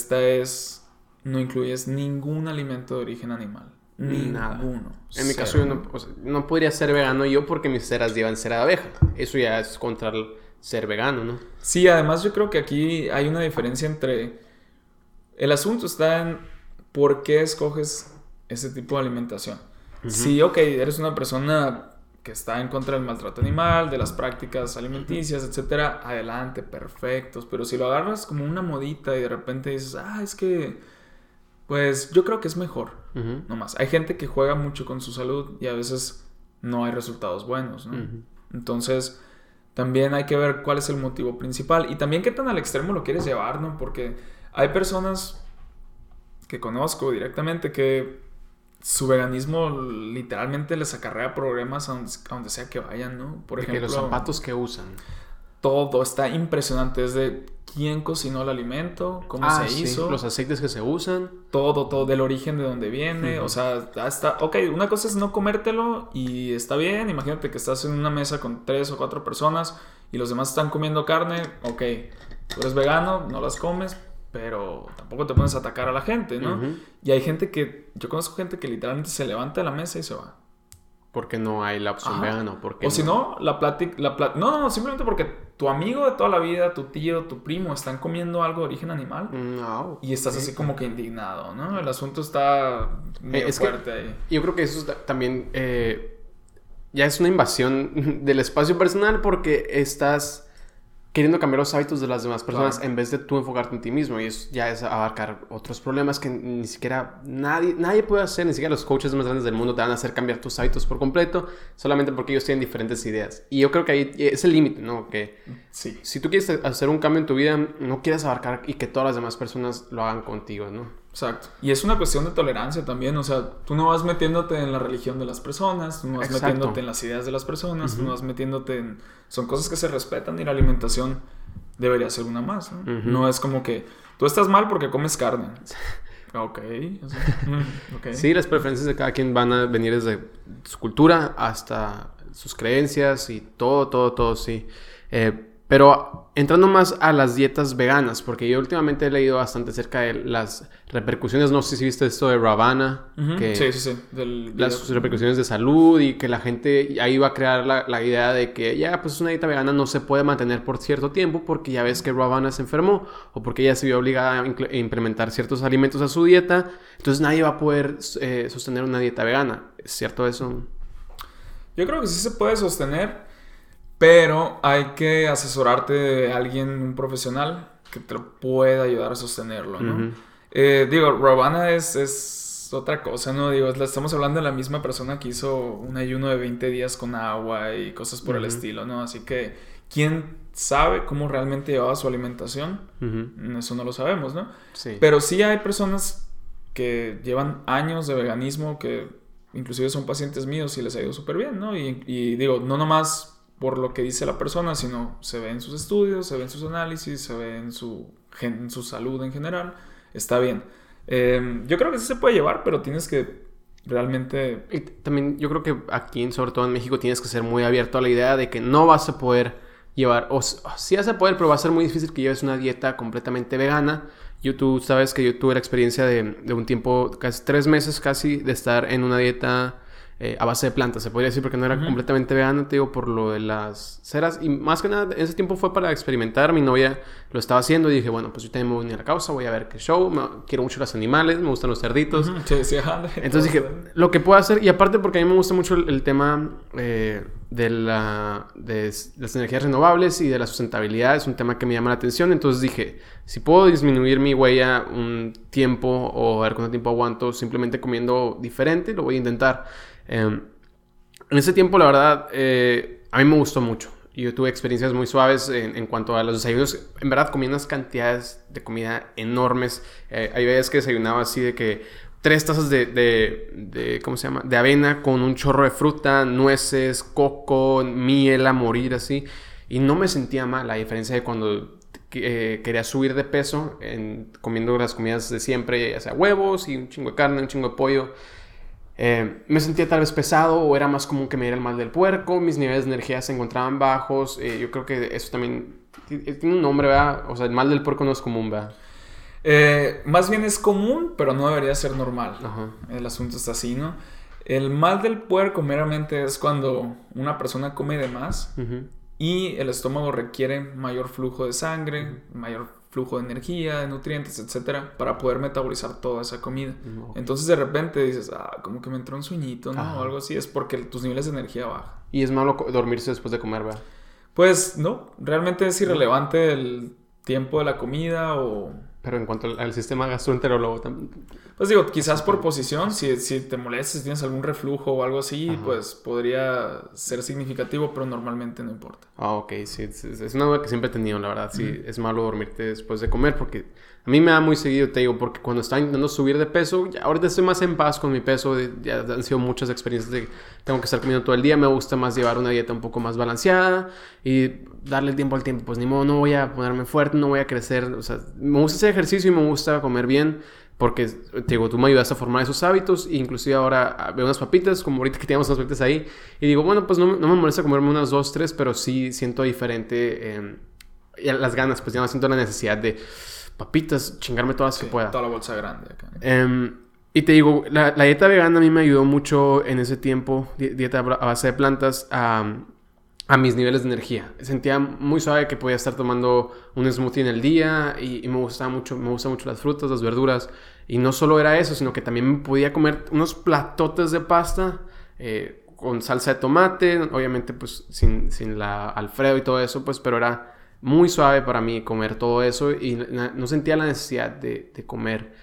no incluyes ningún alimento de origen animal. Nada. Ninguno. En mi caso, yo no podría ser vegano yo porque mis ceras llevan cera de abeja. Eso ya es contra ser vegano, ¿no? Sí, además yo creo que aquí hay una diferencia entre... El asunto está en por qué escoges ese tipo de alimentación. Uh-huh. Sí, ok, eres una persona que está en contra del maltrato animal, de las prácticas alimenticias, etcétera, adelante, perfectos. Pero si lo agarras como una modita y de repente dices, es que... Pues yo creo que es mejor, uh-huh. Nomás. Hay gente que juega mucho con su salud y a veces no hay resultados buenos, ¿no? Uh-huh. Entonces... También hay que ver cuál es el motivo principal y también qué tan al extremo lo quieres llevar, ¿no? Porque hay personas que conozco directamente que su veganismo literalmente les acarrea problemas a donde sea que vayan, ¿no? Por ejemplo, los zapatos que usan. Todo está impresionante, desde quién cocinó el alimento, cómo se hizo. Los aceites que se usan. Todo, del origen de dónde viene. Uh-huh. O sea, hasta... Ok, una cosa es no comértelo y está bien. Imagínate que estás en una mesa con 3 o 4 personas y los demás están comiendo carne. Ok, tú eres vegano, no las comes, pero tampoco te pones a atacar a la gente, ¿no? Uh-huh. Y hay gente que... Yo conozco gente que literalmente se levanta de la mesa y se va. Porque no hay la opción vegana. O si no, no, simplemente porque tu amigo de toda la vida, tu tío, tu primo, están comiendo algo de origen animal. No. Y estás así como que indignado, ¿no? El asunto está muy fuerte ahí. Yo creo que eso también ya es una invasión del espacio personal porque estás queriendo cambiar los hábitos de las demás personas, claro, en vez de tú enfocarte en ti mismo. Y eso ya es abarcar otros problemas que ni siquiera nadie puede hacer. Ni siquiera los coaches más grandes del mundo te van a hacer cambiar tus hábitos por completo, solamente porque ellos tienen diferentes ideas. Y yo creo que ahí es el límite, ¿no? Que sí, si tú quieres hacer un cambio en tu vida, no quieres abarcar y que todas las demás personas lo hagan contigo, ¿no? Exacto. Y es una cuestión de tolerancia también. O sea, tú no vas metiéndote en la religión de las personas, tú no vas metiéndote en las ideas de las personas, tú no vas metiéndote en... Son cosas que se respetan y la alimentación debería ser una más, ¿no? No es como que tú estás mal porque comes carne. Ok. Sí, las preferencias de cada quien van a venir desde su cultura hasta sus creencias y todo, sí. Pero entrando más a las dietas veganas, porque yo últimamente he leído bastante acerca de las repercusiones, no sé si viste esto de Ravana, que sí. Las repercusiones de salud y que la gente ahí va a crear la idea de que pues una dieta vegana no se puede mantener por cierto tiempo porque ya ves que Ravana se enfermó o porque ella se vio obligada a implementar ciertos alimentos a su dieta, entonces nadie va a poder sostener una dieta vegana. ¿Es cierto eso? Yo creo que sí se puede sostener, pero hay que asesorarte de alguien, un profesional, que te lo pueda ayudar a sostenerlo, ¿no? Uh-huh. Digo, Ravana es otra cosa, ¿no? Digo, estamos hablando de la misma persona que hizo un ayuno de 20 días con agua y cosas por el estilo, ¿no? Así que ¿quién sabe cómo realmente llevaba su alimentación? Uh-huh. Eso no lo sabemos, ¿no? Sí. Pero sí hay personas que llevan años de veganismo, que inclusive son pacientes míos y les ha ido súper bien, ¿no? Y digo, no nomás por lo que dice la persona, sino se ve en sus estudios, se ve en sus análisis, se ve en su salud en general. Está bien. Yo creo que sí se puede llevar, pero tienes que realmente... Y también yo creo que aquí, sobre todo en México, tienes que ser muy abierto a la idea de que no vas a poder llevar, o sí vas a poder, pero va a ser muy difícil que lleves una dieta completamente vegana. Tú sabes que yo tuve la experiencia de un tiempo, casi 3 meses casi, de estar en una dieta a base de plantas, se podría decir, porque no era completamente vegana, te digo, por lo de las ceras. Y más que nada, en ese tiempo fue para experimentar. Mi novia lo estaba haciendo y dije, bueno, pues yo también me voy a unir a la causa, voy a ver qué show. Quiero mucho los animales, me gustan los cerditos. Sí, sí, entonces dije, lo que puedo hacer, y aparte porque a mí me gusta mucho el tema de las energías renovables y de la sustentabilidad, es un tema que me llama la atención. Entonces dije, si puedo disminuir mi huella un tiempo o ver cuánto tiempo aguanto simplemente comiendo diferente, lo voy a intentar. En ese tiempo, la verdad, a mí me gustó mucho. Yo tuve experiencias muy suaves en cuanto a los desayunos. En verdad, comí unas cantidades de comida enormes. Hay veces que desayunaba así de que 3 tazas ¿cómo se llama? De avena con un chorro de fruta, nueces, coco, miel a morir, así. Y no me sentía mal, a diferencia de cuando quería subir de peso comiendo las comidas de siempre, ya sea huevos y un chingo de carne, un chingo de pollo. Me sentía tal vez pesado o era más común que me diera el mal del puerco. Mis niveles de energía se encontraban bajos. Yo creo que eso también tiene un nombre, ¿verdad? O sea, el mal del puerco no es común, ¿verdad? Más bien es común, pero no debería ser normal. Ajá. El asunto está así, ¿no? El mal del puerco meramente es cuando una persona come de más y el estómago requiere mayor flujo de sangre, mayor flujo de energía, de nutrientes, etcétera, para poder metabolizar toda esa comida. Okay. Entonces de repente dices, como que me entró un sueñito, ¿no? Ajá. O algo así. Es porque tus niveles de energía bajan. ¿Y es malo dormirse después de comer, verdad? Pues no, realmente es irrelevante el tiempo de la comida o... Pero en cuanto al sistema gastroenterólogo también... Pues digo, quizás por posición, si te molestas, si tienes algún reflujo o algo así, ajá, pues podría ser significativo, pero normalmente no importa. Ok, sí, es una duda que siempre he tenido, la verdad. Sí, es malo dormirte después de comer, porque a mí me da muy seguido, te digo, porque cuando estaba intentando subir de peso, ya ahorita estoy más en paz con mi peso, ya han sido muchas experiencias de que tengo que estar comiendo todo el día, me gusta más llevar una dieta un poco más balanceada y darle el tiempo al tiempo. Pues ni modo, no voy a ponerme fuerte, no voy a crecer, o sea, me gusta hacer ejercicio y me gusta comer bien, porque, te digo, tú me ayudas a formar esos hábitos. Inclusive ahora veo unas papitas, como ahorita que teníamos unas papitas ahí, y digo, bueno, pues no me molesta comerme unas 2, 3, pero sí siento diferente las ganas, pues ya no siento la necesidad de papitas, chingarme todas que pueda. Toda la bolsa grande acá. Y te digo, la dieta vegana a mí me ayudó mucho en ese tiempo, dieta a base de plantas, a mis niveles de energía. Sentía muy suave que podía estar tomando un smoothie en el día y me gustan mucho las frutas, las verduras. Y no solo era eso, sino que también me podía comer unos platotes de pasta con salsa de tomate, obviamente pues sin la Alfredo y todo eso, pues, pero era muy suave para mí comer todo eso y no sentía la necesidad de comer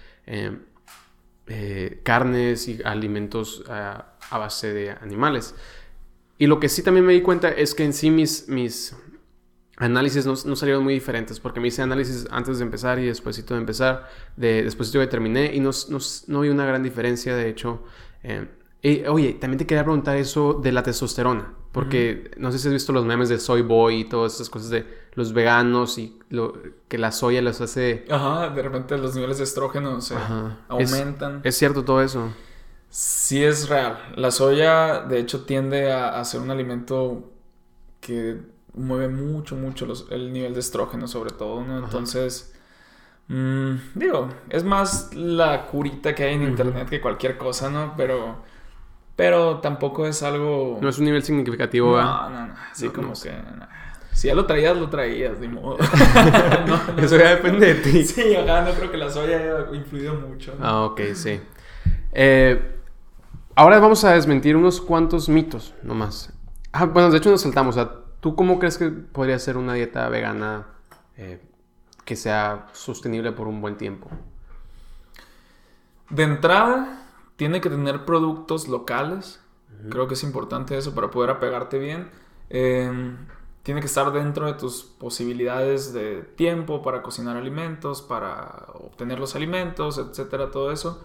carnes y alimentos a base de animales. Y lo que sí también me di cuenta es que en sí mis análisis no salieron muy diferentes, porque me hice análisis antes de empezar y despuésito de empezar, despuésito que terminé, y no vi una gran diferencia, de hecho. Y, oye, también te quería preguntar eso de la testosterona, porque no sé si has visto los memes de Soy Boy y todas esas cosas de los veganos y que la soya los hace... Ajá, de repente los niveles de estrógeno se aumentan. ¿Es cierto todo eso? Sí, es real. La soya, de hecho, tiende a ser un alimento que mueve mucho el nivel de estrógeno, sobre todo, ¿no? Ajá. Entonces, digo, es más la curita que hay en internet que cualquier cosa, ¿no? Pero tampoco es algo... No es un nivel significativo, ¿verdad? No. Así no, como que... No. Si ya lo traías, ni modo. No, eso ya depende de ti. Sí, ajá, no creo que la soya haya influido mucho, ¿no? Ok, sí. Ahora vamos a desmentir unos cuantos mitos, nomás. Bueno, de hecho nos saltamos. O sea, ¿tú cómo crees que podría ser una dieta vegana que sea sostenible por un buen tiempo? De entrada, tiene que tener productos locales. Creo que es importante eso para poder apegarte bien. tiene que estar dentro de tus posibilidades de tiempo para cocinar alimentos, para obtener los alimentos, etcétera, todo eso.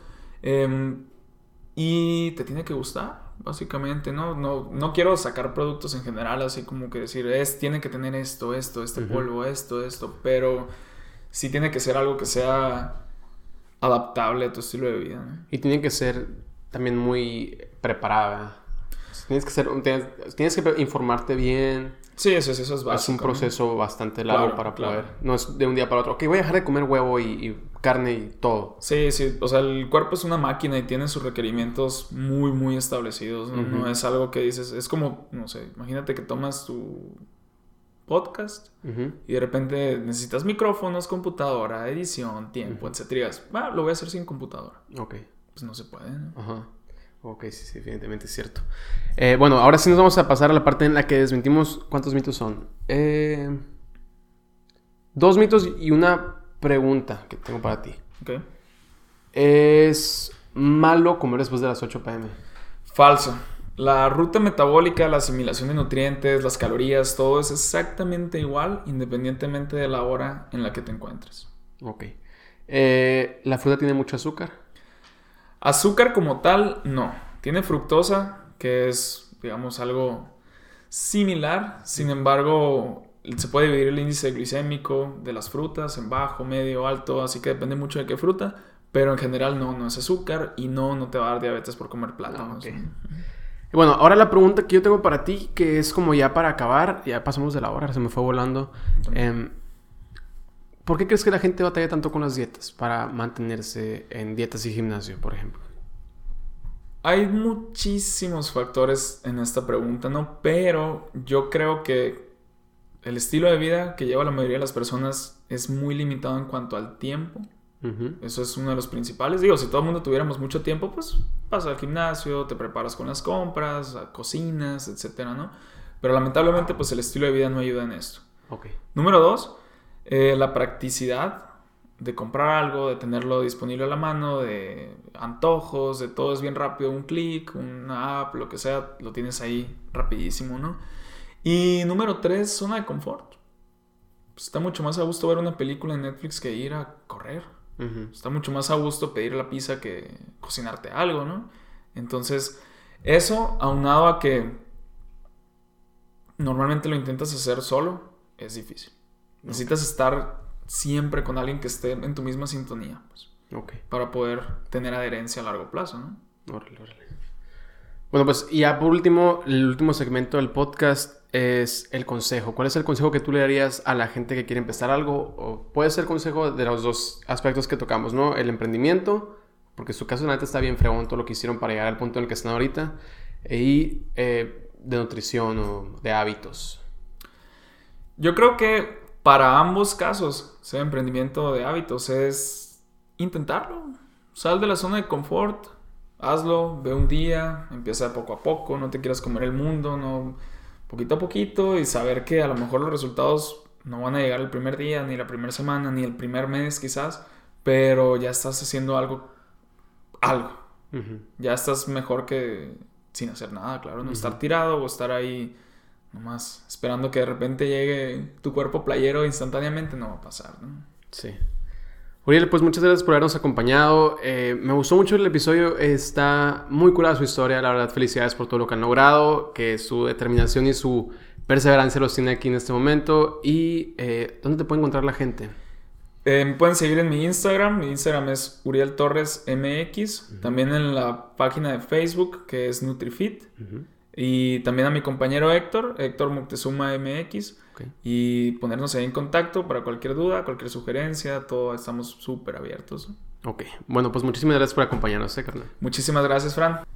Y te tiene que gustar, básicamente, ¿no? No quiero sacar productos en general, así como que decir, tiene que tener esto, este polvo, esto, pero sí tiene que ser algo que sea adaptable a tu estilo de vida, ¿no? Y tiene que ser también muy preparada. Tienes que informarte bien. Sí, eso es básico. Es un proceso bastante largo para poder. No es de un día para otro. Ok, voy a dejar de comer huevo y carne y todo. Sí. O sea, el cuerpo es una máquina y tiene sus requerimientos muy, muy establecidos, ¿no? No es algo que dices... Es como, no sé, imagínate que tomas tu podcast y de repente necesitas micrófonos, computadora, edición, tiempo, etc. Y digas, lo voy a hacer sin computadora. Ok. Pues no se puede, ¿no? Ajá. Ok, sí, evidentemente es cierto. Bueno, ahora sí nos vamos a pasar a la parte en la que desmentimos... ¿Cuántos mitos son? 2 mitos y una pregunta que tengo para ti. Ok. ¿Es malo comer después de las 8 p.m.? Falso. La ruta metabólica, la asimilación de nutrientes, las calorías, todo es exactamente igual independientemente de la hora en la que te encuentres. Ok. ¿La fruta tiene mucho azúcar? Azúcar como tal, no. Tiene fructosa, que es, digamos, algo similar. Sin embargo, se puede dividir el índice glicémico de las frutas en bajo, medio, alto. Así que depende mucho de qué fruta. Pero en general no es azúcar y no te va a dar diabetes por comer plátanos. Okay. Bueno, ahora la pregunta que yo tengo para ti, que es como ya para acabar. Ya pasamos de la hora, se me fue volando. ¿Por qué crees que la gente batalla tanto con las dietas para mantenerse en dietas y gimnasio, por ejemplo? Hay muchísimos factores en esta pregunta, ¿no? Pero yo creo que el estilo de vida que lleva la mayoría de las personas es muy limitado en cuanto al tiempo. Eso es uno de los principales. Digo, si todo el mundo tuviéramos mucho tiempo, pues vas al gimnasio, te preparas con las compras, cocinas, etcétera, ¿no? Pero lamentablemente, pues el estilo de vida no ayuda en esto. Ok. Número 2, la practicidad de comprar algo, de tenerlo disponible a la mano, de antojos, de todo es bien rápido, un clic, una app, lo que sea, lo tienes ahí rapidísimo, ¿no? Y número 3, zona de confort. Pues está mucho más a gusto ver una película en Netflix que ir a correr. Está mucho más a gusto pedir la pizza que cocinarte algo, ¿no? Entonces, eso aunado a que normalmente lo intentas hacer solo, es difícil. Necesitas estar siempre con alguien que esté en tu misma sintonía, pues, para poder tener adherencia a largo plazo, ¿no? Órale. Bueno, pues y ya por último, el último segmento del podcast es el consejo. ¿Cuál es el consejo que tú le darías a la gente que quiere empezar algo? O puede ser consejo de los dos aspectos que tocamos, ¿no? El emprendimiento, porque en su caso la neta está bien fregón todo lo que hicieron para llegar al punto en el que están ahorita, y de nutrición o de hábitos. Yo creo que para ambos casos, sea emprendimiento o de hábitos, es intentarlo. Sal de la zona de confort, hazlo, ve un día, empieza poco a poco, no te quieras comer el mundo, no, poquito a poquito, y saber que a lo mejor los resultados no van a llegar el primer día, ni la primera semana, ni el primer mes quizás, pero ya estás haciendo algo. Ya estás mejor que sin hacer nada, claro, no estar tirado o estar ahí nomás esperando que de repente llegue tu cuerpo playero instantáneamente, no va a pasar, ¿no? Sí. Uriel, pues muchas gracias por habernos acompañado. Me gustó mucho el episodio. Está muy curada su historia. La verdad, felicidades por todo lo que han logrado. Que su determinación y su perseverancia los tiene aquí en este momento. Y ¿dónde te puede encontrar la gente? Me pueden seguir en mi Instagram. Mi Instagram es Uriel Torres MX. También en la página de Facebook, que es NutriFit. Y también a mi compañero Héctor Moctezuma MX. Y ponernos ahí en contacto para cualquier duda, cualquier sugerencia. Todo, estamos súper abiertos. Ok. Bueno, pues muchísimas gracias por acompañarnos, carnal. Muchísimas gracias, Fran.